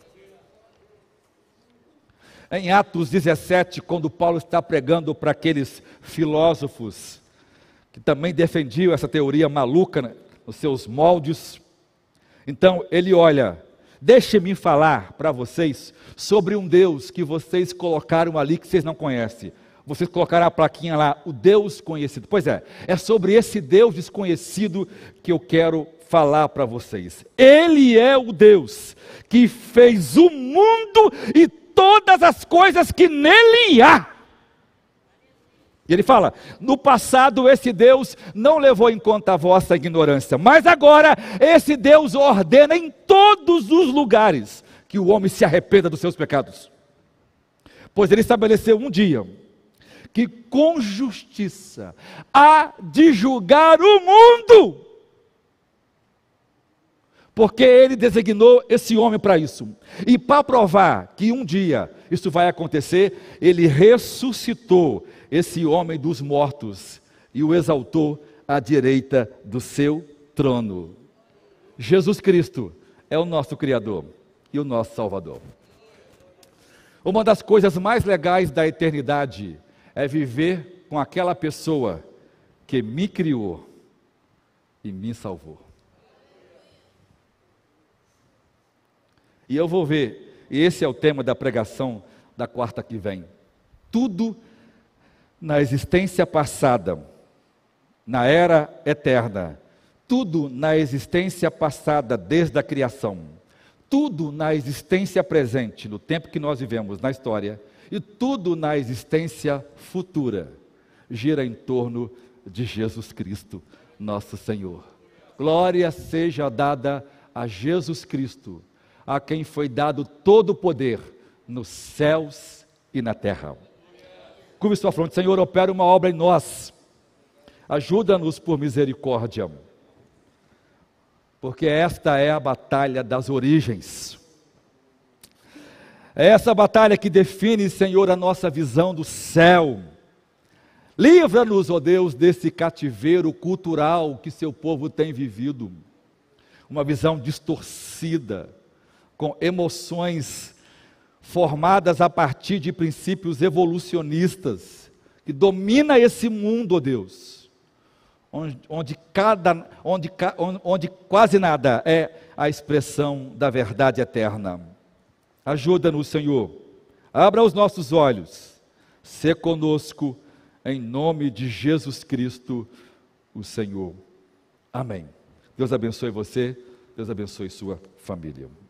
Em Atos dezessete, quando Paulo está pregando para aqueles filósofos que também defendiam essa teoria maluca, né, nos seus moldes, então ele olha: deixe-me falar para vocês sobre um Deus que vocês colocaram ali, que vocês não conhecem. Vocês colocaram a plaquinha lá, o Deus conhecido. Pois é, é sobre esse Deus desconhecido que eu quero falar para vocês. Ele é o Deus que fez o mundo e todas as coisas que nele há. E ele fala: no passado esse Deus não levou em conta a vossa ignorância, mas agora esse Deus ordena em todos os lugares que o homem se arrependa dos seus pecados. Pois ele estabeleceu um dia que com justiça há de julgar o mundo, porque ele designou esse homem para isso. E para provar que um dia isso vai acontecer, ele ressuscitou esse homem dos mortos e o exaltou à direita do seu trono. Jesus Cristo é o nosso Criador e o nosso Salvador. Uma das coisas mais legais da eternidade é viver com aquela pessoa que me criou e me salvou. E eu vou ver, e esse é o tema da pregação da quarta que vem. Tudo na existência passada, na era eterna, tudo na existência passada desde a criação, tudo na existência presente, no tempo que nós vivemos, na história, e tudo na existência futura, gira em torno de Jesus Cristo, nosso Senhor. Glória seja dada a Jesus Cristo, a quem foi dado todo o poder nos céus e na terra. Como estou falando, Senhor, opera uma obra em nós, ajuda-nos por misericórdia, porque esta é a batalha das origens, é essa batalha que define, Senhor, a nossa visão do céu. Livra-nos, ó Deus, desse cativeiro cultural que seu povo tem vivido, uma visão distorcida, com emoções formadas a partir de princípios evolucionistas, que domina esse mundo, ó Deus, onde, onde, cada, onde, onde quase nada é a expressão da verdade eterna. Ajuda-nos, Senhor, abra os nossos olhos, sê conosco, em nome de Jesus Cristo, o Senhor. Amém. Deus abençoe você, Deus abençoe sua família.